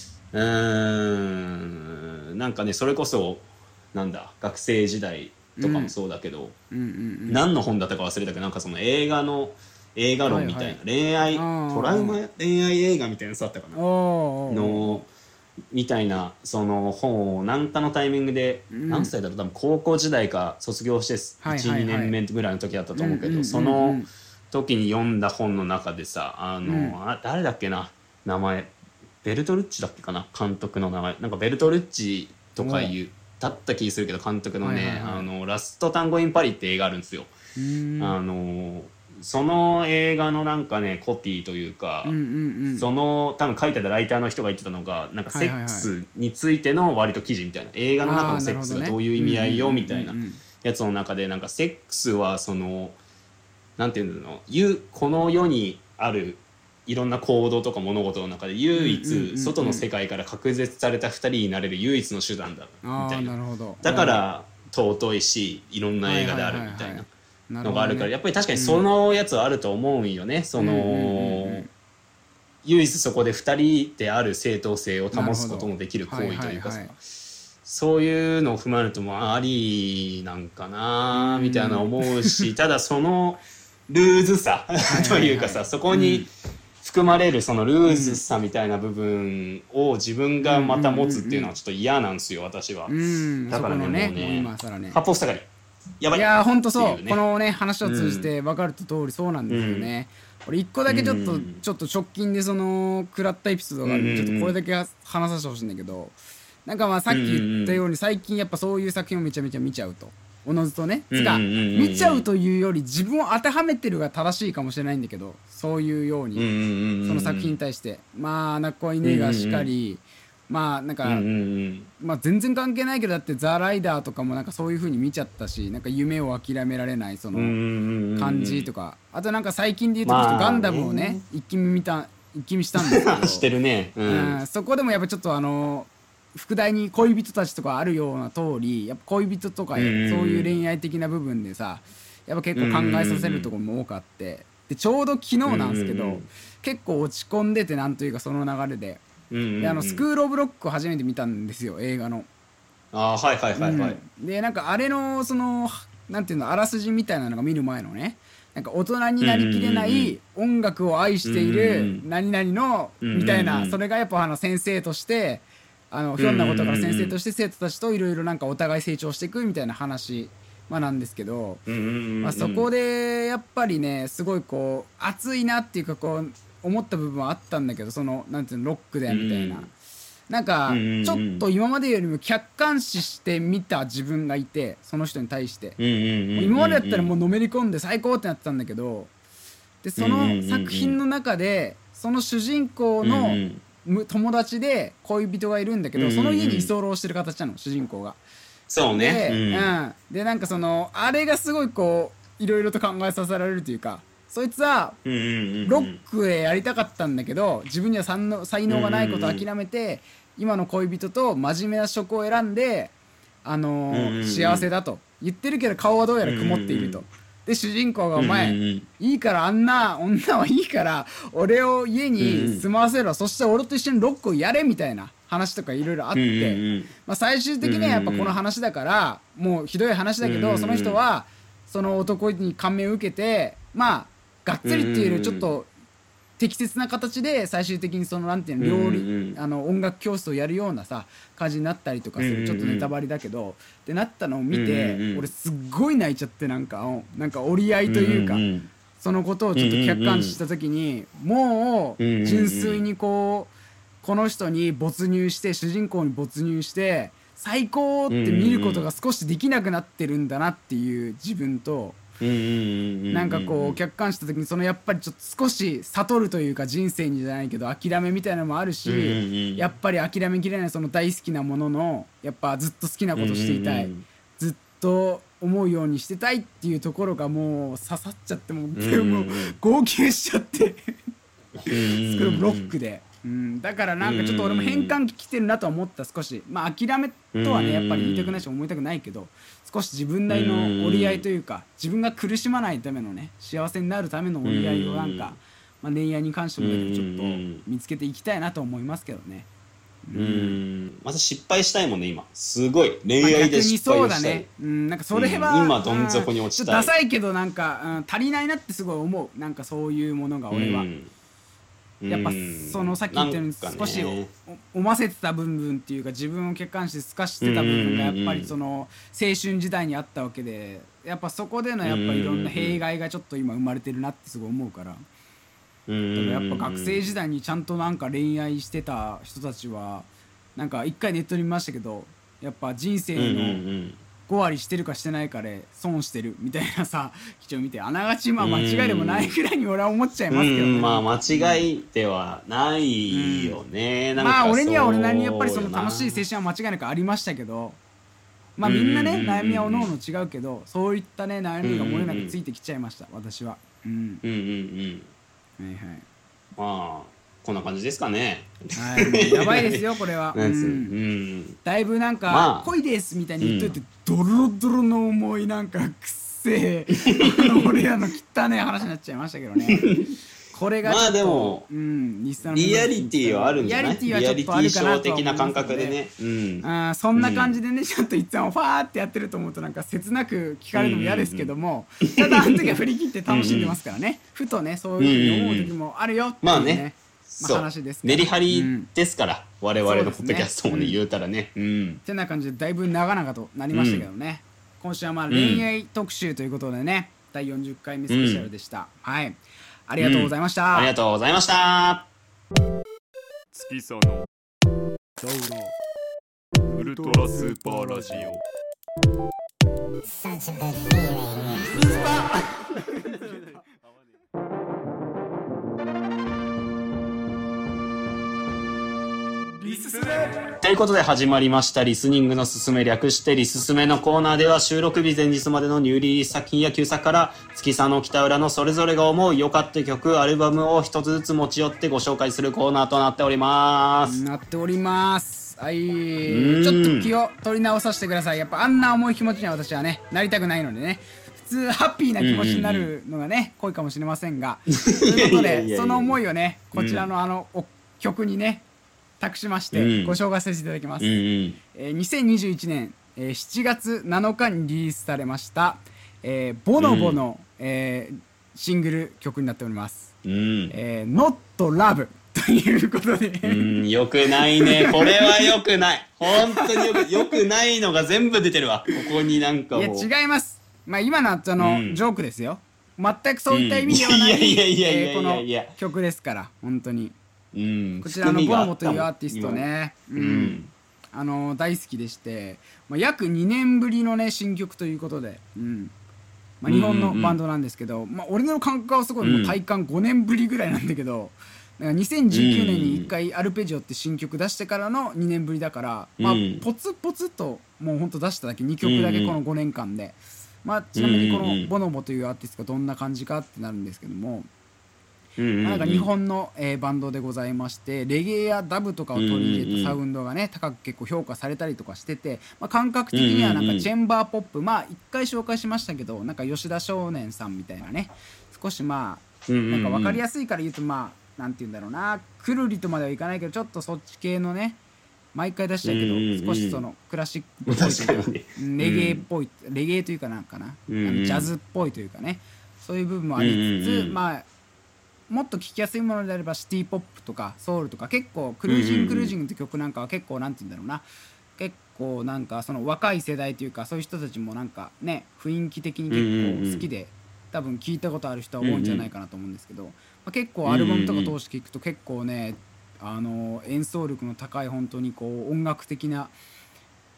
なんかねそれこそなんだ学生時代とかもそうだけど、何の本だったか忘れたけどなんかその映画論みたいな、恋愛トラウマ恋愛映画みたいなやつだったかなのみたいなその本を何かのタイミングで、何歳だろう多分高校時代か卒業して 1,2 年目ぐらいの時だったと思うけど、その時に読んだ本の中でさ誰だっけな名前ベルトルッチだっけかな監督の名前なんかベルトルッチとかだった気するけど監督のねラストタンゴインパリって映画あるんですよ。その映画のなんかねコピーというか、その多分書いてたライターの人が言ってたのがなんかセックスについての割と記事みたいな、映画の中のセックスがどういう意味合いよみたいなやつの中でなんかセックスはそのなんていうのこの世にあるいろんな行動とか物事の中で唯一外の世界から隔絶された2人になれる唯一の手段だみたいな、だから尊いしいろんな映画であるみたいなのがあるから、やっぱり確かにそのやつはあると思うんよね。その唯一そこで2人である正当性を保つことのできる行為というかさ、そういうのを踏まえるともありなんかなみたいな思うし、ただそのルーズさというかさ、そこに含まれるそのルーズさみたいな部分を自分がまた持つっていうのはちょっと嫌なんですよ私は。だからねもうね八方塞がりやばい。 いやほんとそう、このね話を通じて分かると通りそうなんですよね。俺一個だけちょっと直近でその食らったエピソードがあるんでちょっとこれだけ話させてほしいんだけど、なんかまあさっき言ったように最近やっぱそういう作品をめちゃめちゃ見ちゃうとおのずとね、つか見ちゃうというより自分を当てはめてるが正しいかもしれないんだけど、そういうようにその作品に対してまあ泣く子はいねえがしかり、まあなんかまあ全然関係ないけどだってザ・ライダーとかもなんかそういう風に見ちゃったし、なんか夢を諦められないその感じとか、あとなんか最近で言うとガンダムをね一気見したんですけどしてるね、 そこでもやっぱちょっと副題に恋人たちとかあるような通り、やっぱ恋人とかそういう恋愛的な部分でさやっぱ結構考えさせるところも多くあって、でちょうど昨日なんですけど結構落ち込んでて、なんというかその流れでスクール・オブ・ロックを初めて見たんですよ映画の。でなんかあれのそのなんていうのあらすじみたいなのが見る前のね、なんか大人になりきれない音楽を愛している何々のみたいな、それがやっぱ先生としてひょんなことから先生として生徒たちといろいろなんかお互い成長していくみたいな話、なんですけど、そこでやっぱりねすごいこう熱いなっていうかこう思った部分はあったんだけど、そのなんていうのロックでみたいな、なんかちょっと今までよりも客観視して見た自分がいて、その人に対して今までだったらもうのめり込んで最高ってなってたんだけど、でその作品の中でその主人公の友達で恋人がいるんだけど、その家に居候してる形なの主人公が。 そうね。 でなんかそのあれがすごいこういろいろと考えさせられるというか、そいつはロックへやりたかったんだけど自分には才能がないことを諦めて今の恋人と真面目な職を選んで幸せだと言ってるけど顔はどうやら曇っていると。で主人公が「お前いいからあんな女はいいから俺を家に住まわせろ、そして俺と一緒にロックをやれ」みたいな話とかいろいろあって、最終的にはやっぱこの話だからもうひどい話だけど、その人はその男に感銘を受けてがっつりっていうよりちょっと適切な形で最終的にそのなんていうの料理音楽教室をやるようなさ感じになったりとかする、ちょっとネタバレだけどってなったのを見て俺すっごい泣いちゃって、なんか折り合いというかそのことをちょっと客観視した時にもう純粋にこの人に没入して主人公に没入して最高って見ることが少しできなくなってるんだなっていう自分と、なんかこう客観視した時にそのやっぱりちょっと少し悟るというか、人生にじゃないけど諦めみたいなのもあるし、やっぱり諦めきれないその大好きなもののやっぱずっと好きなことしていたい、ずっと思うようにしてたいっていうところがもう刺さっちゃって、もう号泣しちゃってそれブロックで、だからなんかちょっと俺も変換期来てるなとは思った。少しまあ諦めとはねやっぱり言いたくないし思いたくないけど、少し自分なりの折り合いというか、自分が苦しまないためのね、幸せになるための折り合いをなんか、まあ、恋愛に関してもだけどちょっと見つけていきたいなと思いますけどね。 また失敗したいもんね今。すごい恋愛で失敗をしたい。逆にそうだね。 なんかそれは、 今どん底に落ちたい。 ちょっとダサいけどなんか、足りないなってすごい思う。なんかそういうものが俺は。やっぱそのさっき言ったように少し思わせてた部分っていうか、自分を客観視して透かしてた部分がやっぱりその青春時代にあったわけで、やっぱそこでのやっぱいろんな弊害がちょっと今生まれてるなってすごい思うから。だからやっぱ学生時代にちゃんとなんか恋愛してた人たちはなんか一回ネットに見ましたけど、やっぱ人生の5割してるかしてないかで損してるみたいなさ記事を見て、あながちまあ間違いでもないくらいに俺は思っちゃいますけどね。 まあ間違いではないよね。なんかまあ俺には俺なりにやっぱりその楽しい青春は間違いなくありましたけど、まあみんなね悩みはおのおの違うけど、そういったね悩みが漏れなくついてきちゃいました私は。はいはい。 まあこんな感じですかね。 はい、やばいですよこれは。だいぶなんか恋ですみたいに言っといて、ドロドロの重いなんかくっせえ俺らの汚い話になっちゃいましたけどね。これがまあでもリアリティはあるんじゃない？リアリティショー的な感覚でね。 そんな感じでねちょっといつもファーってやってると思うとなんか切なく聞かれるのも嫌ですけども、ただあの時は振り切って楽しんでますからね。ふとねそういうふうに思う時もあるよっていうね。話ですメリハリですから、我々のポッドキャストもね言うたらね。 ってな感じでだいぶ長々となりましたけどね。今週はまあ恋愛特集ということでね、第40回目スペシャルでした。はい、ありがとうございました。 ありがとうございました。 月佐のウルトラスーパーラジオ。 ということで始まりましたリスニングのすすめ、略してリススメのコーナーでは、収録日前日までのニューリリース作品や旧作から月佐の北浦のそれぞれが思う良かった曲、アルバムを一つずつ持ち寄ってご紹介するコーナーとなっております。はい、 ちょっと気を取り直させてください。やっぱあんな重い気持ちには私はねなりたくないのでね、普通ハッピーな気持ちになるのがね濃いかもしれませんが、ということでその思いをねこちらの曲にね託しましてご紹介させていただきます。2021年7月7日にリリースされましたボノボのシングル曲になっております。Not Love ということでよくないね。これはよくない。本当によくないのが全部出てるわ。ここになんかもう。 いや違います。まあ今のはジョークですよ。全くそういった意味ではないこの曲ですから本当に。こちらのボノボというアーティストね、大好きでして、約2年ぶりのね新曲ということで、日本のバンドなんですけど、俺の感覚はすごいもう体感5年ぶりぐらいなんだけど、2019年に1回アルペジオって新曲出してからの2年ぶりだから、ポツポツともうほんと出しただけ2曲だけこの5年間で、ちなみにこのボノボというアーティストがどんな感じかってなるんですけども、なんか日本のバンドでございまして、レゲエやダブとかを取り入れたサウンドがね高く結構評価されたりとかしてて、感覚的にはなんかチェンバーポップ、1回紹介しましたけどなんか吉田少年さんみたいなね、少しなんか分かりやすいから言うとなんて言うんだろうな、くるりとまではいかないけどちょっとそっち系のね毎回出しちゃうけど少しそのクラシックっぽいというかレゲエっぽい、レゲエというかなんかなジャズっぽいというかね、そういう部分もありつつもっと聴きやすいものであればシティポップとかソウルとか、結構クルージングって曲なんかは結構なんて言うんだろうな、結構なんかその若い世代というかそういう人たちもなんかね雰囲気的に結構好きで多分聴いたことある人は多いんじゃないかなと思うんですけど、結構アルバムとか通して聴くと結構ね演奏力の高い本当にこう音楽的な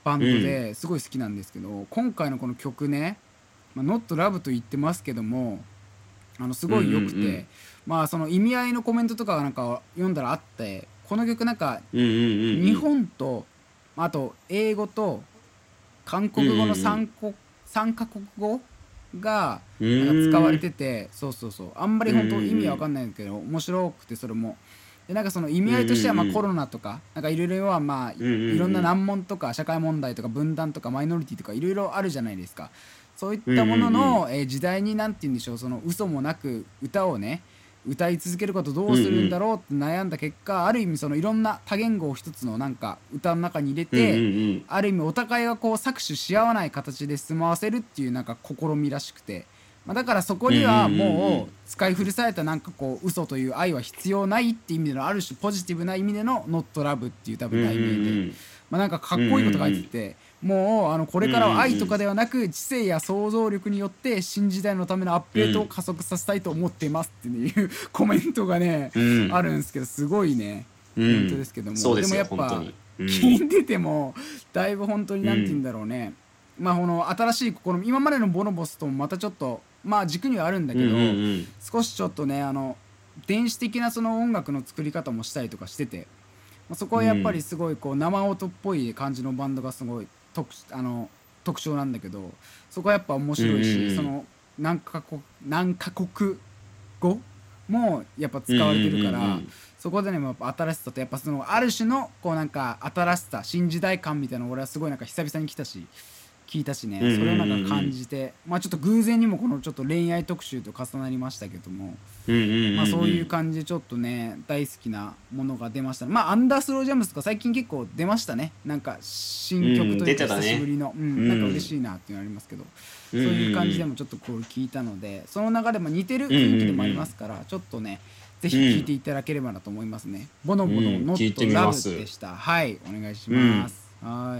バンドですごい好きなんですけど、今回のこの曲ね、Not Love と言ってますけども、すごい良くて、その意味合いのコメントとかがなんか読んだらあって、この曲なんか日本とあと英語と韓国語の3カ国語がなんか使われてて、そうあんまり本当意味わかんないんだけど面白くて、それもでなんかその意味合いとしてはコロナとかなんかいろいろはいろんな難問とか社会問題とか分断とかマイノリティとかいろいろあるじゃないですか。そういったものの時代になんて言うんでしょう、その嘘もなく歌をね歌い続けることどうするんだろうって悩んだ結果、ある意味そのいろんな多言語を一つのなんか歌の中に入れて、ある意味お互いがこう搾取し合わない形で住まわせるっていうなんか試みらしくて、だからそこにはもう使い古されたなんかこう嘘という愛は必要ないっていう意味でのある種ポジティブな意味での Not Love っていう多分題名で、なんかかっこいいこと書いてて、もうこれからは愛とかではなく知性や想像力によって新時代のためのアップデートを加速させたいと思っていますっていうコメントがねあるんですけど、すごいね本当ですけども、でもやっぱ聞いててもだいぶ本当になんて言うんだろうね、この新しい試み、今までのボノボスともまたちょっと軸にはあるんだけど、少しちょっとね電子的なその音楽の作り方もしたりとかしてて、そこはやっぱりすごいこう生音っぽい感じのバンドがすごい特徴なんだけど、そこはやっぱ面白いし、その何カ国語もやっぱ使われてるから、そこでねやっぱ新しさとやっぱそのある種のこうなんか新しさ新時代感みたいなの俺はすごいなんか久々に聞いたしね、それをなんか感じて、ちょっと偶然にもこのちょっと恋愛特集と重なりましたけども、そういう感じでちょっとね大好きなものが出ましたね。アンダースロージャムスとか最近結構出ましたね。なんか新曲というか久しぶりの、なんか嬉しいなっていうのありますけど、そういう感じでもちょっとこう聞いたので、その中でも似てる雰囲気でもありますから、ちょっとねぜひ聞いていただければなと思いますね。ボノボの Not Love でした。はい、お願いします。はい。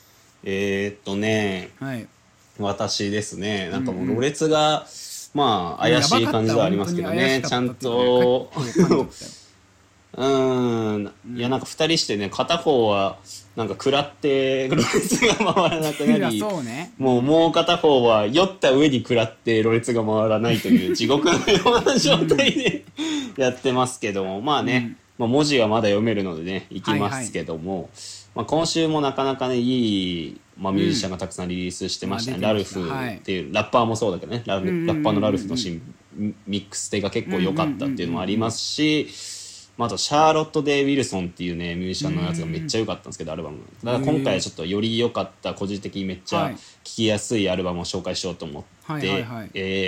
私ですね、なんかもうろれつが怪しい感じではありますけどね、ちゃんといやなんか2人してね、片方はなんか食らってろれつが回らなくなり、もう片方は酔った上に食らってろれつが回らないという地獄のような状態でやってますけども、文字はまだ読めるのでねいきますけども、今週もなかなかねいいミュージシャンがたくさんリリースしてましたね。ラルフっていうラッパーもそうだけどね、ラッパーのラルフの新ミックステが結構良かったっていうのもありますし、あとシャーロット・デイ・ウィルソンっていうねミュージシャンのやつがめっちゃ良かったんですけど、アルバムだから今回はちょっとより良かった個人的にめっちゃ聴きやすいアルバムを紹介しようと思って、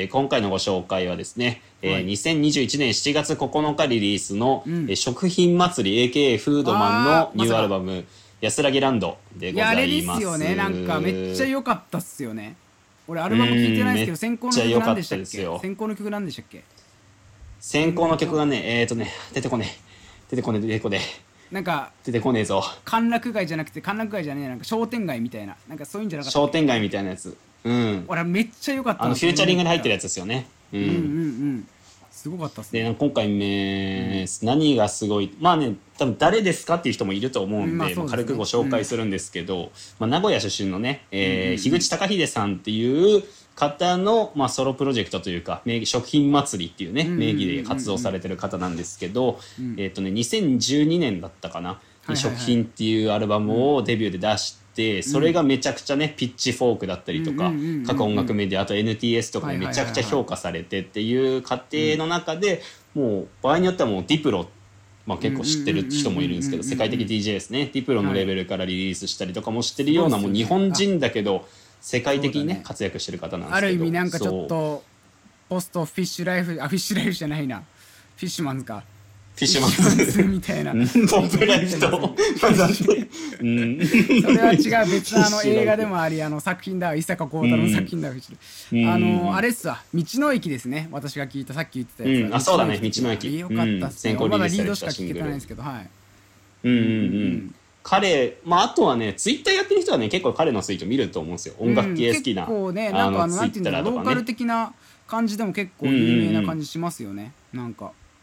今回のご紹介はですね、2021年7月9日リリースの、食品祭り AKA フードマンのニューアルバム安らぎランドでございます。 あれですよね、なんかめっちゃ良かったっすよね。俺アルバム聴いてないですけど、先行の曲なんでしたっけ？先行の曲なんでしたっけ？ 先行の曲がね出てこねなんか出てこねえぞ。 歓楽街じゃなくて歓楽街じゃねえ、なんか商店街みたいな、なんかそういうんじゃなかった。 商店街みたいなやつ。 俺めっちゃ良かった。 フューチャリングで入ってるやつですよね。 すごかったっすね。 で今回何がすごい、多分誰ですかっていう人もいると思うんで、軽くご紹介するんですけど、名古屋出身のね、樋口貴秀さんっていう方の、ソロプロジェクトというか食品祭りっていうね名義で活動されてる方なんですけど、2012年だったかな、食品っていうアルバムをデビューで出して、それがめちゃくちゃねピッチフォークだったりとか各音楽メディア、あと NTS とかでめちゃくちゃ評価されてっていう過程の中で、もう場合によってはもうディプロ、結構知ってる人もいるんですけど、世界的 DJ ですね、ディプロのレベルからリリースしたりとかもしてるような、もう日本人だけど世界的にね活躍してる方なんですけど、 ある意味なんかちょっとポストフィッシュライフ、フィッシュライフじゃないな、フィッシュマンズか、 フィッシュマンズみたいなポップライフとそれは違う別の映画でもあり、作品だ、伊坂幸太郎の作品だ、あれっすわ、道の駅ですね、私が聞いたさっき言ってたやつ。 そうだね、道の駅よかったっすね。まだリードしか聞けてないんですけど、 彼、あとはねツイッターやってる人はね結構彼のツイート見ると思うんですよ。音楽系好きな、 結構ね、なんかなんていうんだろう、ローカル的な感じでも結構有名な感じしますよね。なんか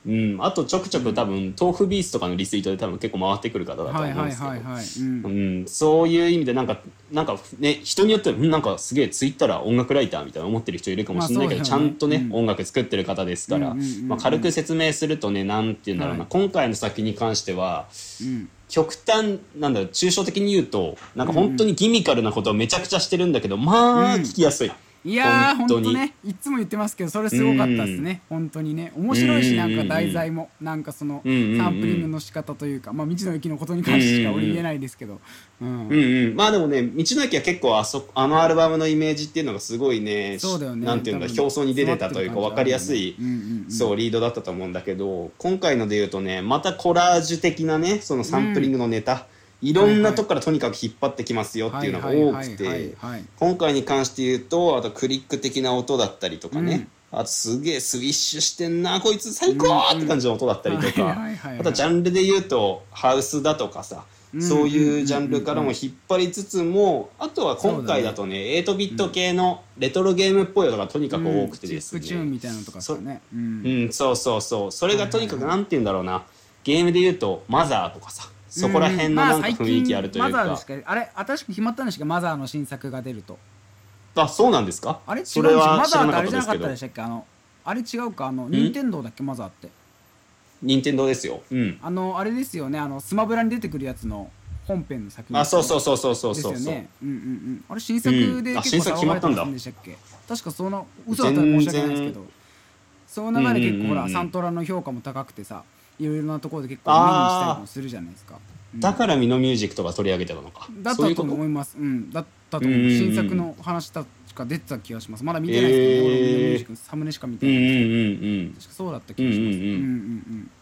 うん、あとちょくちょく多分豆腐ビースとかのリツイートで多分結構回ってくる方だと思うんですけど、そういう意味でなんかね、人によってはなんかすげえツイッターら音楽ライターみたいな思ってる人いるかもしれないけど、ちゃんとね、音楽作ってる方ですから、軽く説明するとね、なんて言うんだろうな、今回の作品に関しては、極端なんだろう、抽象的に言うとなんか本当にギミカルなことをめちゃくちゃしてるんだけど、まあ聞きやすい。 いやー本当ね、いつも言ってますけどそれすごかったですね、本当にね。面白いし、なんか題材もなんかそのサンプリングの仕方というか、まあ道の駅のことに関してしか俺言えないですけど、 まあでもね、道の駅は結構あのアルバムのイメージっていうのがすごいね、 そうだよね、 なんていうんだ、表層に出てたというか分かりやすい、そうリードだったと思うんだけど、今回ので言うとね、またコラージュ的なね、そのサンプリングのネタ、いろんなとこからとにかく引っ張ってきますよっていうのが多くて、今回に関して言うと、あとクリック的な音だったりとかね、あとすげえスイッシュしてんなこいつ最高って感じの音だったりとか、あとジャンルで言うとハウスだとかさ、そういうジャンルからも引っ張りつつも、あとは今回だとね8ビット系のレトロゲームっぽい音がとにかく多くてですね、 チップチューンみたいなのとかですかね。 そうそうそう、それがとにかくなんて言うんだろうな、ゲームで言うとマザーとかさ、そこら辺のなんか雰囲気あるというか、 マザーですか、あれ新しく決まったんですか、マザーの新作が出ると。 あ、そうなんですか。 あれ違うんですか、マザーってあれじゃなかったでしたっけ、あれ違うか、任天堂だっけ、マザーって。 任天堂ですよ。 あれですよね、スマブラに出てくるやつの本編の作品。 あ、そうそうそうそうそうでそう。 すよね。あれ新作で結構騒がれてませんでしたっけ。確かその嘘だったら申し訳ないですけど、その流れで結構ほらサントラの評価も高くてさ、いろいろなところで結構目にしたりもするじゃないですか。 だからミノミュージックとか取り上げてたのか。 だったと思います。だったと思う。新作の話確か出てた気がします。まだ見てないですけど、俺ミノミュージックサムネしか見てないですけど、確かそうだった気がします。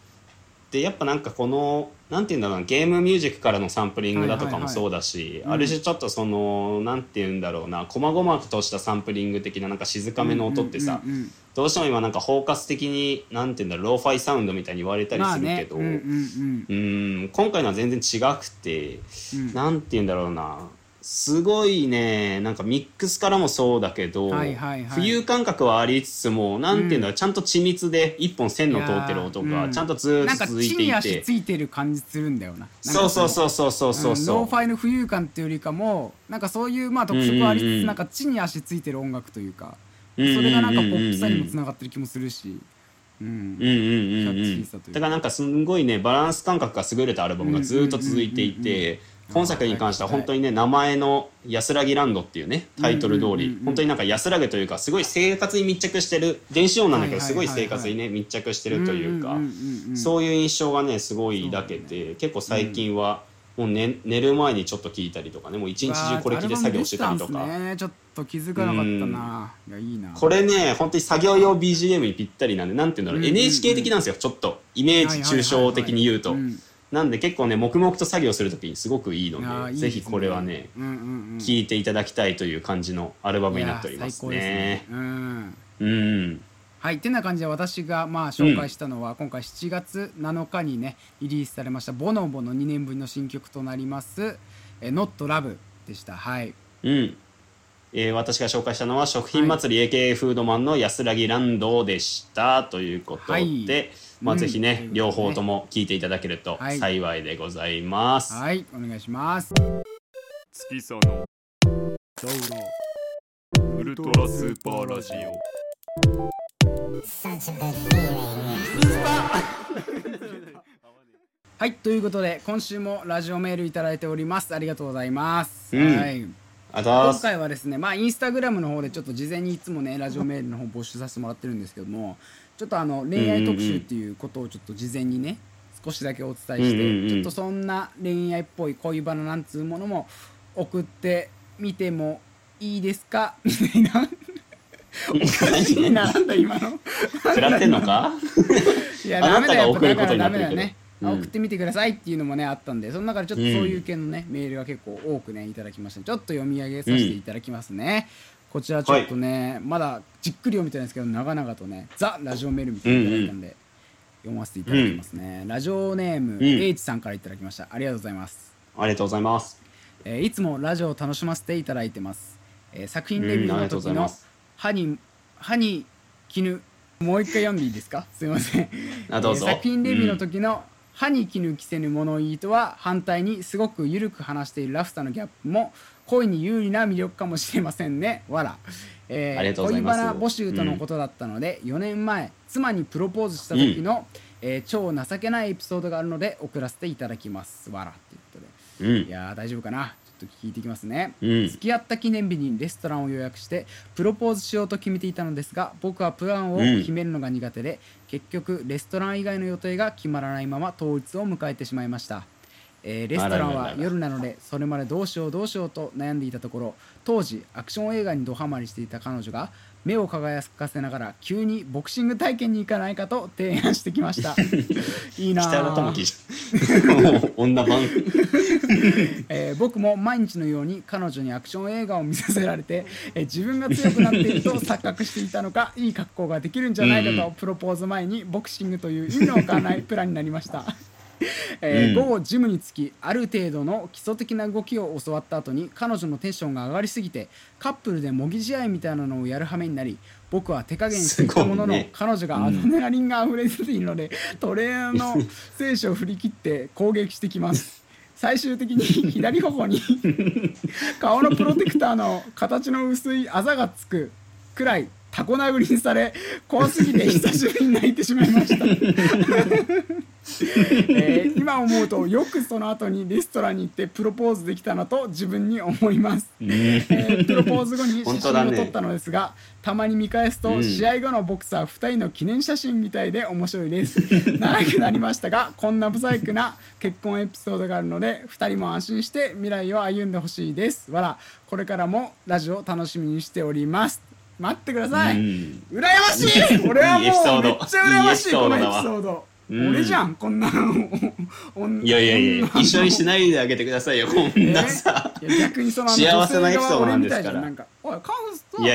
でやっぱなんかこのなんていうんだろうな、ゲームミュージックからのサンプリングだとかもそうだし、ある種ちょっとそのなんていうんだろうな、細々としたサンプリング的ななんか静かめの音ってさ、どうしても今なんか包括的になんていうんだろう、ローファイサウンドみたいに言われたりするけど、今回のは全然違くて、なんていうんだろうな、すごいね、なんかミックスからもそうだけど、浮遊感覚はありつつも、なんていうんだろう、ちゃんと緻密で一本線の通ってる音がちゃんとずっと続いていて、 なんか地に足ついてる感じするんだよな。 そうそうそうそうそうそう、 ローファイの浮遊感っていうよりかも、なんかそういうまあ特色はありつつ、なんか地に足ついてる音楽というか、それがなんかポップさにもつながってる気もするし。 だからなんかすんごいね、バランス感覚が優れたアルバムがずっと続いていて、今作に関しては本当にね、名前の安らぎランドっていうねタイトル通り、本当になんか安らぐというか、すごい生活に密着してる、電子音なんだけどすごい生活にね密着してるというか、そういう印象がねすごい抱けて、結構最近はもう寝る前にちょっと聞いたりとかね、もう一日中これ聞いて作業してたりとか。 ちょっと気づかなかったな。いや、いいな。 これね本当に作業用 BGM にぴったりなんで、なんていうんだろう、NHK 的なんですよ、ちょっとイメージ抽象的に言うと。なんで結構ね黙々と作業するときにすごくいいので、ぜひこれはね聴いていただきたいという感じのアルバムになっておりますね。 はい、てな感じで私がまあ紹介したのは、今回7月7日にねリリースされましたボノボの2年ぶりの新曲となります「Not Love」でした。はい。 私が紹介したのは食品祭り AKA フードマンの安らぎランドでしたということで、まあぜひね、両方とも聞いていただけると幸いでございます。 はい、お願いします。 月佐のウルトラスーパーラジオ。 はい、ということで今週もラジオメールいただいております。ありがとうございます。はい。今回はですね、まあインスタグラムの方でちょっと事前にいつもねラジオメールの方募集させてもらってるんですけども、ちょっと恋愛特集っていうことをちょっと事前にね少しだけお伝えして、ちょっとそんな恋愛っぽい恋バナなんつうものも送ってみてもいいですかみたいな。おかしいな、なんだ今の。 食らってんのか。 いやダメだよ、だからダメだよね。送ってみてくださいっていうのもねあったんで、その中でちょっとそういう系のねメールが結構多くねいただきました。ちょっと読み上げさせていただきますね。こちらちょっとね、まだじっくり読みたいんですけど、長々とねザ・ラジオメールみたいにいただいたんで、読ませていただきますね。ラジオネーム H さんからいただきました。ありがとうございます。 ありがとうございます。 いつもラジオを楽しませていただいてます。作品レビューの時の歯に絹もう一回読んでいいですか？すいません。 どうぞ。 作品レビューの時の歯に衣着せぬ物言いとは反対にすごく緩く話しているラフさのギャップも恋に有利な魅力かもしれませんね。わら。 ありがとうございます。 恋バナ募集とのことだったので、4年前妻にプロポーズした時の、超情けないエピソードがあるので送らせていただきます。わらということで、いやー大丈夫かな。ちょっと聞いていきますね。付き合った記念日にレストランを予約してプロポーズしようと決めていたのですが、僕はプランを決めるのが苦手で、結局レストラン以外の予定が決まらないまま当日を迎えてしまいました。レストランは夜なのでそれまでどうしようと悩んでいたところ、当時アクション映画にドハマりしていた彼女が目を輝かせながら急にボクシング体験に行かないかと提案してきました。いいなぁ。 女版。 僕も毎日のように彼女にアクション映画を見させられて、自分が強くなっていると錯覚していたのか、いい格好ができるんじゃないかとプロポーズ前にボクシングという意味のわからないプランになりました。午後ジムに着き、ある程度の基礎的な動きを教わった後に彼女のテンションが上がりすぎてカップルで模擬試合みたいなのをやる羽目になり、僕は手加減していたものの、彼女がアドレナリンが溢れ出ているので、トレーナーの選手を振り切って攻撃してきます。最終的に左頬に顔のプロテクターの形の薄いあざがつくくらいタコ殴りにされ、怖すぎて久しぶりに泣いてしまいました。今思うとよくその後にレストランに行ってプロポーズできたなと自分に思います。プロポーズ後に写真を撮ったのですが、たまに見返すと試合後のボクサー2人の記念写真みたいで面白いです。長くなりましたが、こんな不細工な結婚エピソードがあるので2人も安心して未来を歩んでほしいです。わら、これからもラジオ楽しみにしております。待ってください。羨ましい。俺はもうめっちゃ羨ましい。このエピソード。俺じゃん、こんなの。 いや一緒にしないであげてくださいよ、こんなさ。 逆にその幸せなエピソードなんですから。 なんか、おいカウスとい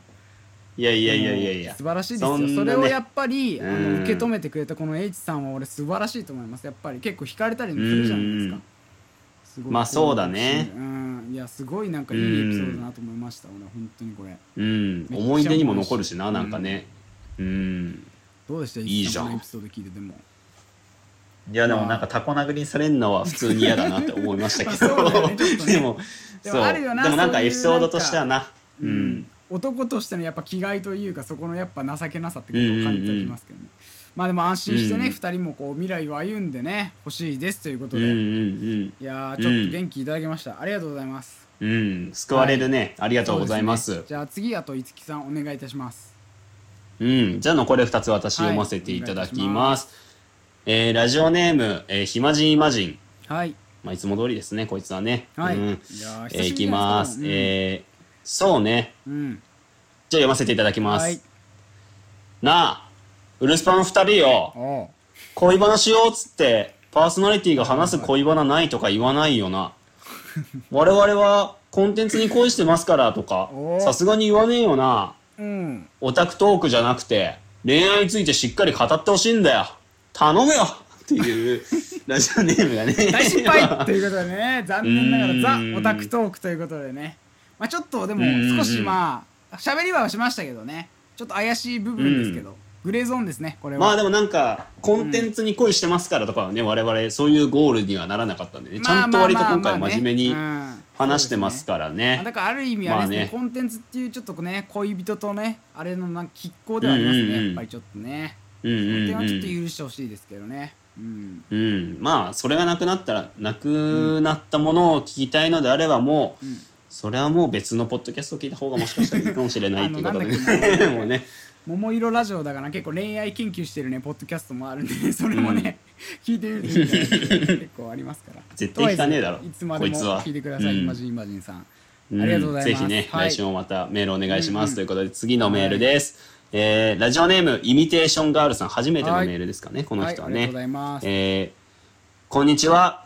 や素晴らしいですよ。それをやっぱり受け止めてくれたこの H さんは俺素晴らしいと思います。やっぱり結構惹かれたりもするじゃないですか。 まあそうだね。 いやすごいなんかいいエピソードだなと思いました。俺本当にこれ。 思い出にも残るしな、なんかね。 どうでした？ いいじゃん。 エピソード聞いてでも。 いやでもなんかタコ殴りにされるのは普通に嫌だなって思いましたけど。でもそうでもなんかエピソードとしてはな。 男としてのやっぱ気概というか、そこのやっぱ情けなさってことを感じておりますけどね。まあでも安心してね、2人もこう未来を歩んでね欲しいですということで、いやちょっと元気いただきました。ありがとうございます。 救われるね。ありがとうございます。 じゃあ次あといつきさんお願いいたします。 じゃあ残り2つ私読ませていただきます。ラジオネーム暇人イマジン。 はい。 まあいつも通りですね、こいつはね。 はい。 いきます。そうね。じゃあ読ませていただきます。なあ、ウルスパン2人よ。恋バナしようっつってパーソナリティが話す恋バナないとか言わないよな。我々はコンテンツに恋してますからとかさすがに言わねえよな。オタクトークじゃなくて恋愛についてしっかり語ってほしいんだよ。頼むよっていうラジオネームがね大失敗ということでね、残念ながらザ・オタクトークということでね、まあちょっとでも少しまあ喋りはしましたけどね、ちょっと怪しい部分ですけど、グレーゾーンですねこれは。 まあでもなんかコンテンツに恋してますからとかはね、我々そういうゴールにはならなかったんでね、ちゃんと割と今回真面目に話してますからね。 だからある意味はね、コンテンツっていうちょっとね恋人とねあれのなんか拮抗ではありますね、やっぱりちょっとね。その点はちょっと許してほしいですけどね。 まあそれがなくなったら、なくなったものを聞きたいのであればもう、それはもう別のポッドキャストを聞いた方がもしかしたらいいかもしれないっていうことでね。もうね桃色ラジオだから結構恋愛研究してるねポッドキャストもあるんでね、それもね、聞いてみるといい結構ありますから。 絶対聞かねえだろいつまでも聞いてください。イマジンさん、ありがとうございます。 ぜひね、来週もまたメールお願いします、ということで次のメールです。ラジオネームイミテーションガールさん、初めてのメールですかね、この人はね。 ありがとうございます。 こんにちは。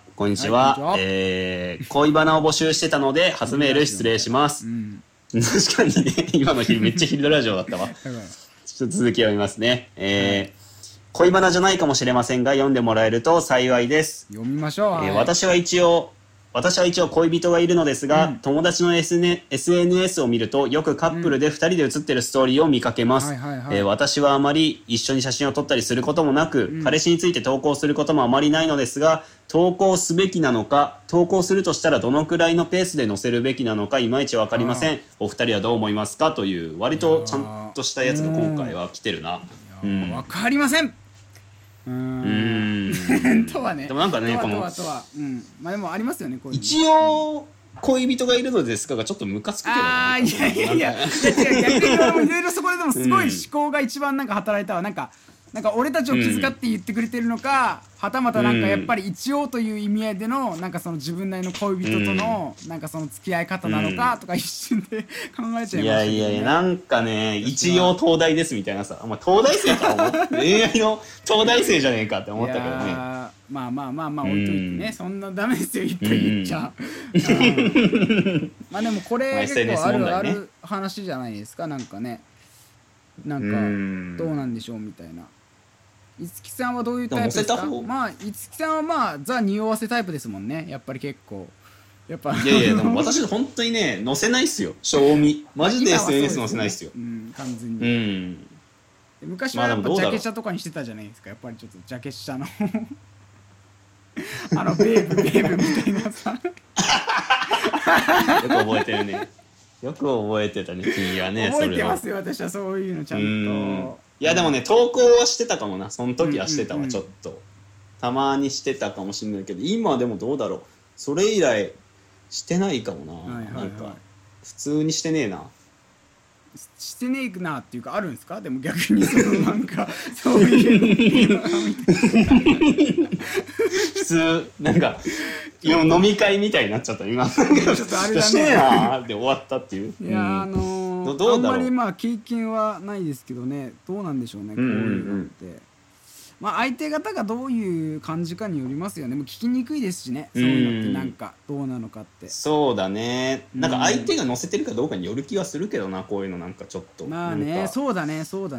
恋バナを募集してたので初メール失礼します。確かにね、今の日めっちゃヒルドラジオだったわ。ちょっと続き読みますね。恋バナじゃないかもしれませんが読んでもらえると幸いです。 読みましょう。 私は一応私は一応恋人がいるのですが、 うん友達の、SNS を見るとよくカップルで2人で写ってるストーリーを見かけます、 はいはいはい私はあまり一緒に写真を撮ったりすることもなく、 うん彼氏について投稿することもあまりないのですが、投稿すべきなのか、投稿するとしたらどのくらいのペースで載せるべきなのかいまいち分かりません。お二人はどう思いますか、という割とちゃんとしたやつが今回は来てるな。 わかりません。とはね。 でもなんかね、このまあでもありますよね、こういうの。 一応恋人がいるのですかがちょっとムカつくけどな。 いや逆に俺もいろいろそこででもすごい思考が一番なんか働いたわ。なんか俺たちを気遣って言ってくれてるのか、はたまたなんかやっぱり一応という意味合いでのなんかその自分なりの恋人とのなんかその付き合い方なのかとか一瞬で考えちゃいましたけどね。 いやなんかね、一応東大ですみたいなさ、お前東大生か恋愛の東大生じゃねえかって思ったけどね。 まあ置いといてね、そんなダメですよ、いっぱい言っちゃまあでもこれ結構ある話じゃないですか。なんかね、なんかどうなんでしょうみたいな。いつきさんはどういうタイプですか？まあいつきさんはまあザ匂わせタイプですもんね、やっぱり結構。やっぱいやでも私本当にね載せないっすよ、賞味マジで SNS 載せないっすよ。 完全に。昔はやっぱジャケ写とかにしてたじゃないですか。やっぱりちょっとジャケ写のベーブみたいなさよく覚えてるね。よく覚えてたね、君はね。 覚えてますよ、私はそういうのちゃんと。 いやでもね、投稿はしてたかもな。その時はしてたわ、ちょっとたまにしてたかもしれないけど、今はでもどうだろう。それ以来してないかもな。なんか普通にしてねえな。 してねえなっていうかあるんですか？でも逆にそのなんかそういう普通なんか飲み会みたいになっちゃった今。ちょっとあれだね。 してえなで終わったっていう。 いやどうだろう。あんまりまあ経験はないですけどね。どうなんでしょうね、こういうのって。まあ相手方がどういう感じかによりますよね。もう聞きにくいですしね、そういうのってなんかどうなのかって。 そうだね。なんか相手が乗せてるかどうかによる気はするけどな、こういうのなんかちょっと。 まあね、そうだね。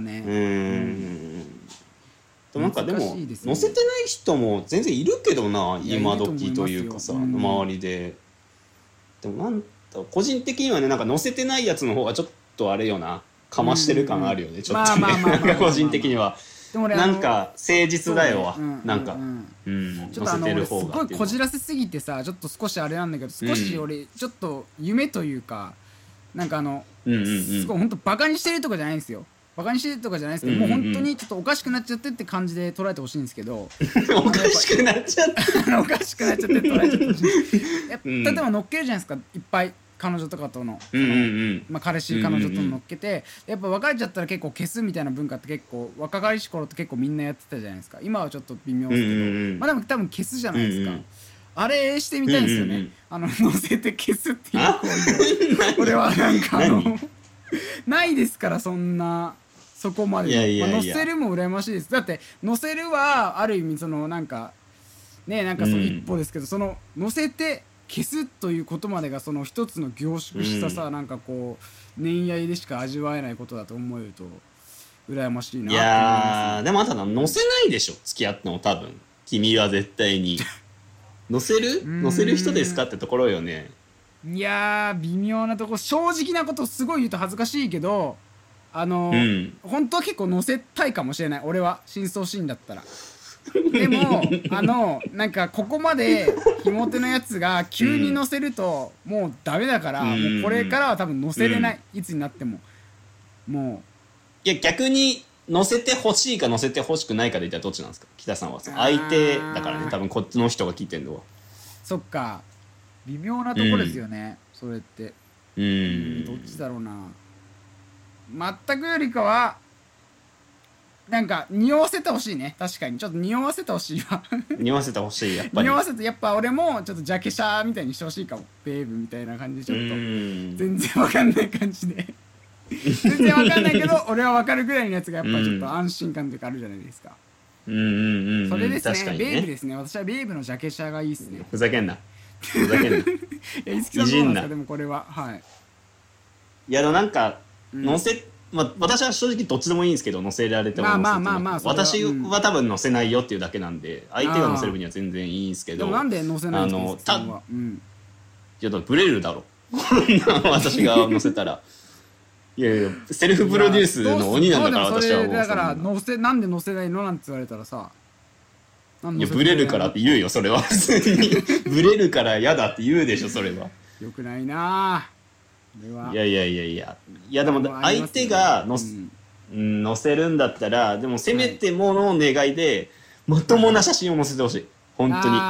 でもなんかでも乗せてない人も全然いるけどな、今時というかさ、周りで。でもなんだ個人的にはね、なんか乗せてないやつの方がちょっとあれよな、かましてる感あるよね、ちょっとね。なんか個人的には。なんか誠実だよわ、なんかちょっとすごいこじらせすぎてさ、ちょっと少しあれなんだけど、少し俺ちょっと夢というか、なんかすごい本当バカにしてるとかじゃないんですよ。バカにしてるとかじゃないですけど、もう本当にちょっとおかしくなっちゃってって感じで捉えてほしいんですけど。 おかしくなっちゃっておかしくなっちゃって捉えちゃってほしい。例えば乗っけるじゃないですか、いっぱい。彼女とかとの彼氏彼女と乗っけて、やっぱ別れちゃったら結構消すみたいな文化って結構若かりし頃って結構みんなやってたじゃないですか。今はちょっと微妙ですけど、まあでも多分消すじゃないですか。あれしてみたいんですよね。乗せて消すっていう行為を。俺はなんかないですから、そんなそこまで。乗せるも羨ましいです。だって乗せるはある意味そのなんかね、なんかその一歩ですけど、その乗せて消すということまでがその一つの凝縮したさ、なんかこう恋愛でしか味わえないことだと思えると羨ましいなって思います。 いやでもあんた乗せないでしょ、付き合っても多分君は絶対に乗せる人ですかってところよね。 いや微妙なとこ。正直なことすごい言うと恥ずかしいけど、本当は結構乗せたいかもしれない、俺は。深層心だったら。でもなんかここまでひも手のやつが急に乗せるともうダメだから、もうこれからは多分乗せれない、いつになっても。もういや逆に乗せてほしいか乗せてほしくないかで言ったらどっちなんですか、北さんは。相手だからね、多分こっちの人が聞いてんのは。 そっか、微妙なとこですよね、それって。どっちだろうな。全くよりかはなんか匂わせてほしいね。確かにちょっと匂わせてほしいわ。 匂わせてほしい、やっぱり。 匂わせて、やっぱ俺もちょっとジャケシャーみたいにしてほしいかも。ベーブみたいな感じで、ちょっと全然わかんない感じで全然わかんないけど俺はわかるぐらいのやつがやっぱちょっと安心感というかあるじゃないですか。それですね、ベーブですね。私はベーブのジャケシャーがいいですね。 ふざけんな、ふざけんな。 いや、いつきさんどうなんですか、でもこれは。はい。 いやでもなんか乗せまあ、私は正直どっちでもいいんですけど載せられても私は多分載せないよっていうだけなんで、相手が載せる分には全然いいんですけど。 でもなんで載せないんですか？いやだブレるだろ私が載せたらいやいやセルフプロデュースの鬼なんだから私はもうだからなんで載せないのなんて言われたらさ、 いやブレるからって言うよそれは普通にブレるから嫌だって言うでしょそれは。 よくないな。 いやでも相手が載せるんだったらでもせめてもの願いでまともな写真を載せてほしい本当に。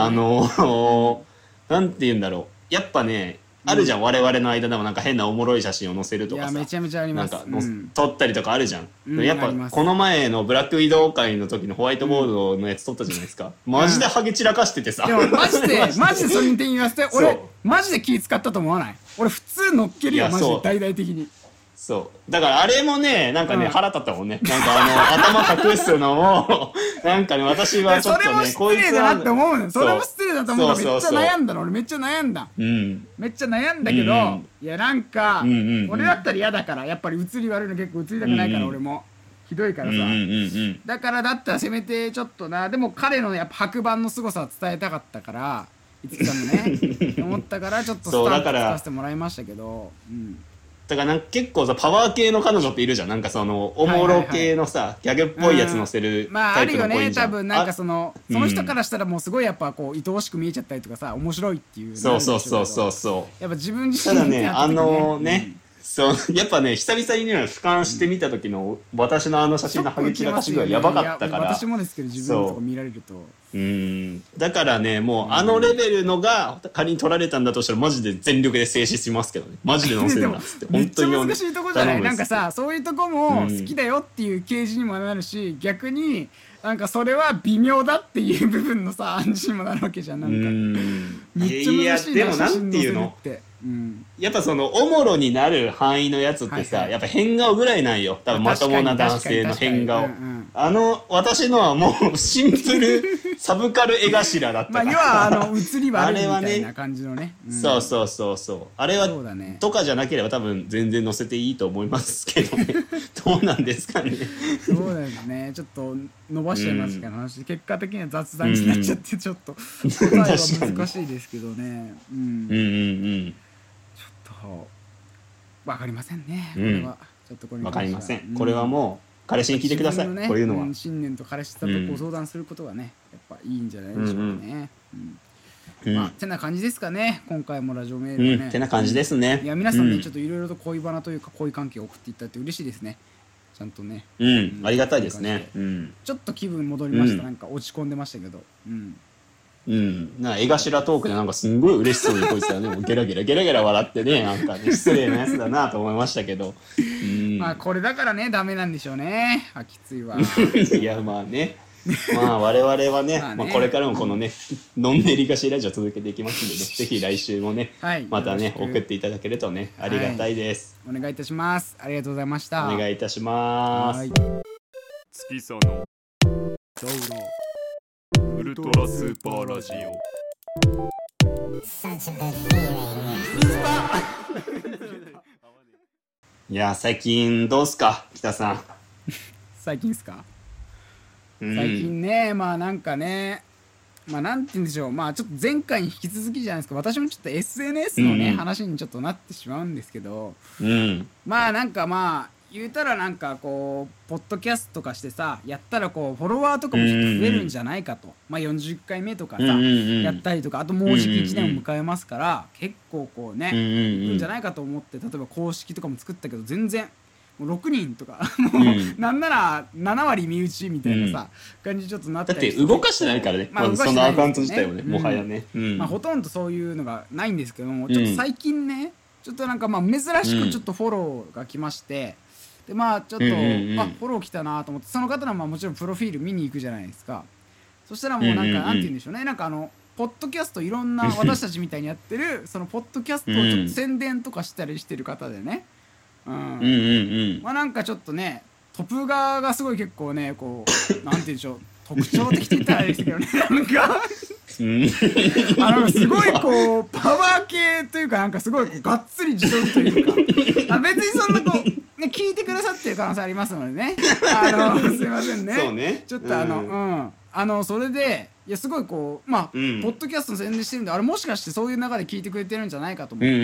なんて言うんだろう、やっぱねあるじゃん、我々の間でもなんか変なおもろい写真を載せるとかさ、 いやめちゃめちゃあります。 なんか撮ったりとかあるじゃん、やっぱこの前のブラック移動会の時のホワイトボードのやつ撮ったじゃないですか、マジでハゲ散らかしててさ、 でもマジでそれに言わせて俺マジで気使ったと思わない？俺普通乗っけるよマジで大々的に。 そうだからあれもねなんかね、腹立ったもんね、なんか頭隠すのもなんかね私はちょっとねこいつはそれも失礼だなって思うの。それも失礼だと思うの。めっちゃ悩んだの。俺めっちゃ悩んだ、めっちゃ悩んだけど、いやなんか俺だったら嫌だから、やっぱり映り悪いの結構映りたくないから、俺もひどいからさ、だったらせめてちょっとな、でも彼のやっぱ白板の凄さを伝えたかったからいつかのね思ったからちょっとスタンプさせてもらいましたけど、 だからなんか結構さパワー系の彼女っているじゃん、なんかそのおもろ系のさ、ギャグっぽいやつ載せるタイプの子いるじゃん。 まああるよね多分なんかその人からしたらもうすごいやっぱこう愛おしく見えちゃったりとかさ面白いっていう。 そうやっぱ自分自身ただねそうやっぱね久々にね俯瞰してみた時の私の写真のハゲ散らかし具合やばかったから、 私もですけど自分のとこ見られるとだからねもうレベルのが仮に取られたんだとしたらマジで全力で静止しますけどね、マジで載せるなっつって本当にめっちゃ難しいとこじゃない？なんかさそういうとこも好きだよっていう啓示にもなるし、逆になんかそれは微妙だっていう部分のさ暗示にもなるわけじゃん。なんかめっちゃ難しいな写真載せるって。 やっぱそのおもろになる範囲のやつってさ、やっぱ変顔ぐらいなんよ多分まともな男性の変顔。私のはもうシンプルサブカル絵頭だったから、 要は映り悪いみたいな感じのね。 そうあれはとかじゃなければ多分全然載せていいと思いますけどねどうなんですかね。 そうですね、ちょっちょっと伸ばしちゃいますけど、話結果的には雑談になっちゃってちょっと答えは難しいですけどね。ちょっと分かりませんね、これは。ちょっとこれ分かりません、これはもう彼氏に聞いてください、こういうのは。 信念と彼氏さんとご相談することがねやっぱいいんじゃないでしょうかね。まあてな感じですかね、今回もラジオメールはね。 てな感じですね。 いや皆さんねちょっといろいろと恋バナというか恋関係を送っていったって嬉しいですね。ちゃんとね、 ありがたいですね。 ちょっと気分戻りました、なんか落ち込んでましたけど。 なんか絵頭トークでなんかすんごい嬉しそうにこいつはねもうゲラゲラ笑ってね、なんかね失礼なやつだなと思いましたけど、 まあこれだからねダメなんでしょうね、きついわ。 いやまあねまあ我々はねまあこれからもこのねのんべりがしラジオ続けていきますんでね、ぜひ来週もねまたね送っていただけるとねありがたいです。 お願いいたします。ありがとうございました。 お願いいたします。 月佐のウルトラスーパーラジオ。 いや最近どうすか北さん。 最近っすか。最近ねまあなんかねまあなんて言うんでしょう、まあちょっと前回に引き続きじゃないですか、私もちょっと SNS のね、話にちょっとなってしまうんですけど、まあなんかまあ言うたらなんかこうポッドキャストとかしてさやったらこうフォロワーとかもちょっと増えるんじゃないかと、まあ40回目とかさやったりとか、あともうじき1年を迎えますから結構こうねいくんじゃないかと思って、例えば公式とかも作ったけど全然もう6人とかもうなんなら7割身内みたいなさ感じちょっとなったりして、 だって動かしてないからね、そのアカウント自体もねもはやね、 まあほとんどそういうのがないんですけども、ちょっと最近ねちょっとなんかまあ珍しくちょっとフォローが来まして、でまあちょっとフォロー来たなと思って、その方のまあもちろんプロフィール見に行くじゃないですか。そしたらもうなんかなんて言うんでしょうね、なんかポッドキャストいろんな私たちみたいにやってるそのポッドキャストをちょっと宣伝とかしたりしてる方でね、まあなんかちょっとねトップ側がすごい結構ねこうなんて言うんでしょう特徴的って言ったらあれですけどねなんかすごいこうパワー系というかなんかすごいがっつり自撮りというか別にそんなこう、ね、聞いてくる可能性ありますのでねすいませんね。 そうね。 ちょっとそれでいやすごいこうポッドキャストの宣伝してるんで、あれもしかしてそういう中で聞いてくれてるんじゃないかと思って、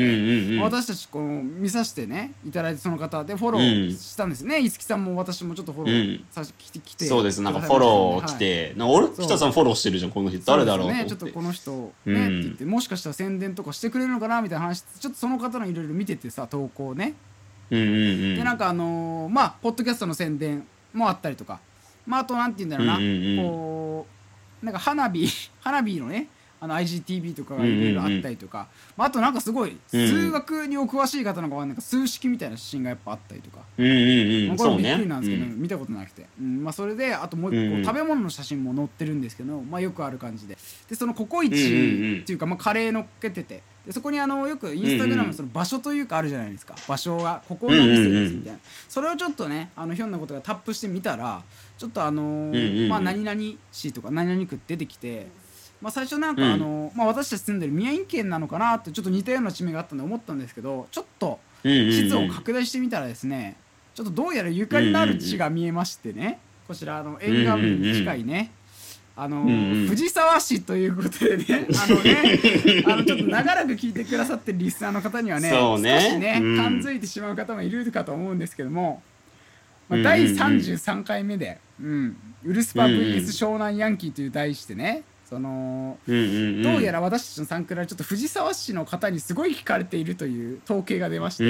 私たちこの見させてねいただいて、その方でフォローしたんですね。いつきさんも私もちょっとフォローさせてきて、 そうです。なんかフォロー来て、俺北さんフォローしてるじゃんこの人誰だろうと思って。 ちょっとこの人ねって言って、もしかしたら宣伝とかしてくれるのかなみたいな話、ちょっとその方のいろいろ見ててさ、投稿ね。でなんかポッドキャストの宣伝もあったりとか、あとなんて言うんだろうな、こうなんか花火のねIGTV とかがいろいろあったりとか、あとなんかすごい数学にお詳しい方の方がなんか数式みたいな写真がやっぱあったりとか、これもびっくりなんですけど、見たことなくて、それであともう一個食べ物の写真も載ってるんですけど、よくある感じで、そのココイチっていうかカレー乗っけてて、でそこによくインスタグラムのその場所というかあるじゃないですか、場所がここの店ですみたいな、それをちょっとねひょんなことがタップしてみたら、ちょっと何々市とか何々区って出てきて、最初なんか私たち住んでる宮城県なのかなってちょっと似たような地名があったんで思ったんですけど、ちょっと地図を拡大してみたらですね、ちょっとどうやらゆかりのある地が見えましてね、こちら沿岸部に近いね藤沢市ということでね、ちょっと長らく聞いてくださってるリスナーの方にはね、少しね感づいてしまう方もいるかと思うんですけども、第33回目でウルスパ VS 湘南ヤンキーという題してね、どうやら私たちのサンクラはちょっと藤沢市の方にすごい惹かれているという統計が出まして、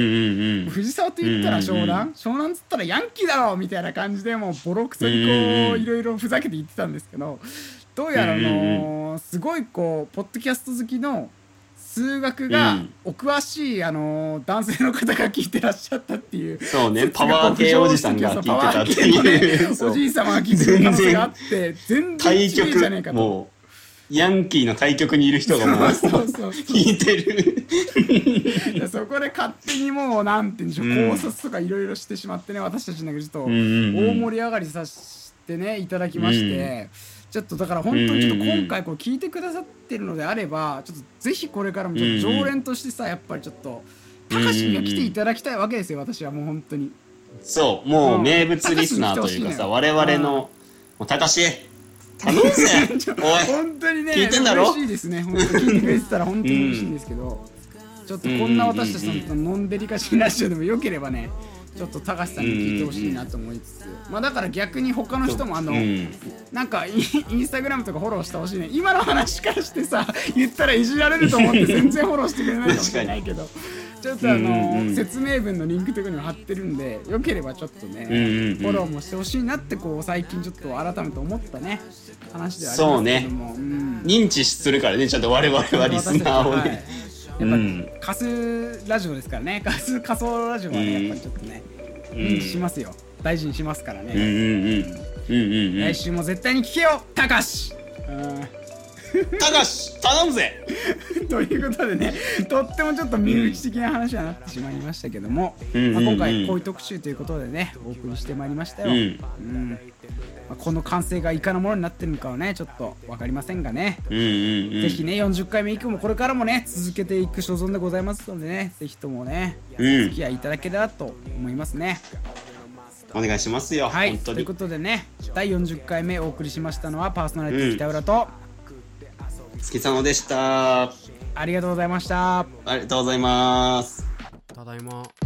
藤沢と言ったら湘南っつったらヤンキーだろみたいな感じでもうボロクソにこういろいろふざけて言ってたんですけど、どうやらすごいこうポッドキャスト好きの数学がお詳しい男性の方が聞いてらっしゃったっていう、 そうね、パワー系おじさんが聞いてたっていうおじいさまが聞いてる可能性があって、全然違うじゃねえかと。 ヤンキーの対局にいる人がもう聞いてるそこで勝手にもうなんて言うんでしょう、考察とかいろいろしてしまってね、私たちの中でちょっと大盛り上がりさせてねいただきまして、ちょっとだから本当にちょっと今回こう聞いてくださってるのであれば、ちょっとぜひこれからもちょっと常連としてさ、やっぱりちょっとたかしには来ていただきたいわけですよ、私はもう本当に。 そう、もう名物リスナーというかさ、我々のたかし頼むぜおい本当にね聞いてんだろ。 嬉しいですね、本当に聞いてくれてたら本当に嬉しいんですけど、ちょっとこんな私たちののんべりかしラジオでもよければね、ちょっと高橋さんに聞いてほしいなと思いつつ、だから逆に他の人もなんかインスタグラムとかフォローしてほしいね。今の話からしてさ言ったらいじられると思って全然フォローしてくれないかもしれないけどちょっと説明文のリンクとかにも貼ってるんで、よければちょっとねフォローもしてほしいなってこう最近ちょっと改めて思ったね話ではありますけども、 認知するからね、ちゃんと我々はリスナーをね、 やっぱカスラジオですからね、仮想ラジオはねやっぱりちょっとね認知しますよ、大事にしますからね。来週も絶対に聞けよたかし、 たかし頼むぜということでね、とってもちょっと身内的な話になってしまいましたけども、今回こういう特集ということでねお送りしてまいりましたよ。この完成がいかなものになってるのかはねちょっと分かりませんがね、ぜひね40回目以降もこれからもね続けていく所存でございますのでね、ぜひともねお付き合いいただければと思いますね。 お願いしますよ。 はい、 本当にということでね、第40回目お送りしましたのはパーソナリティ北浦と月佐野でした。 ありがとうございました。 ありがとうございます。 ただいま。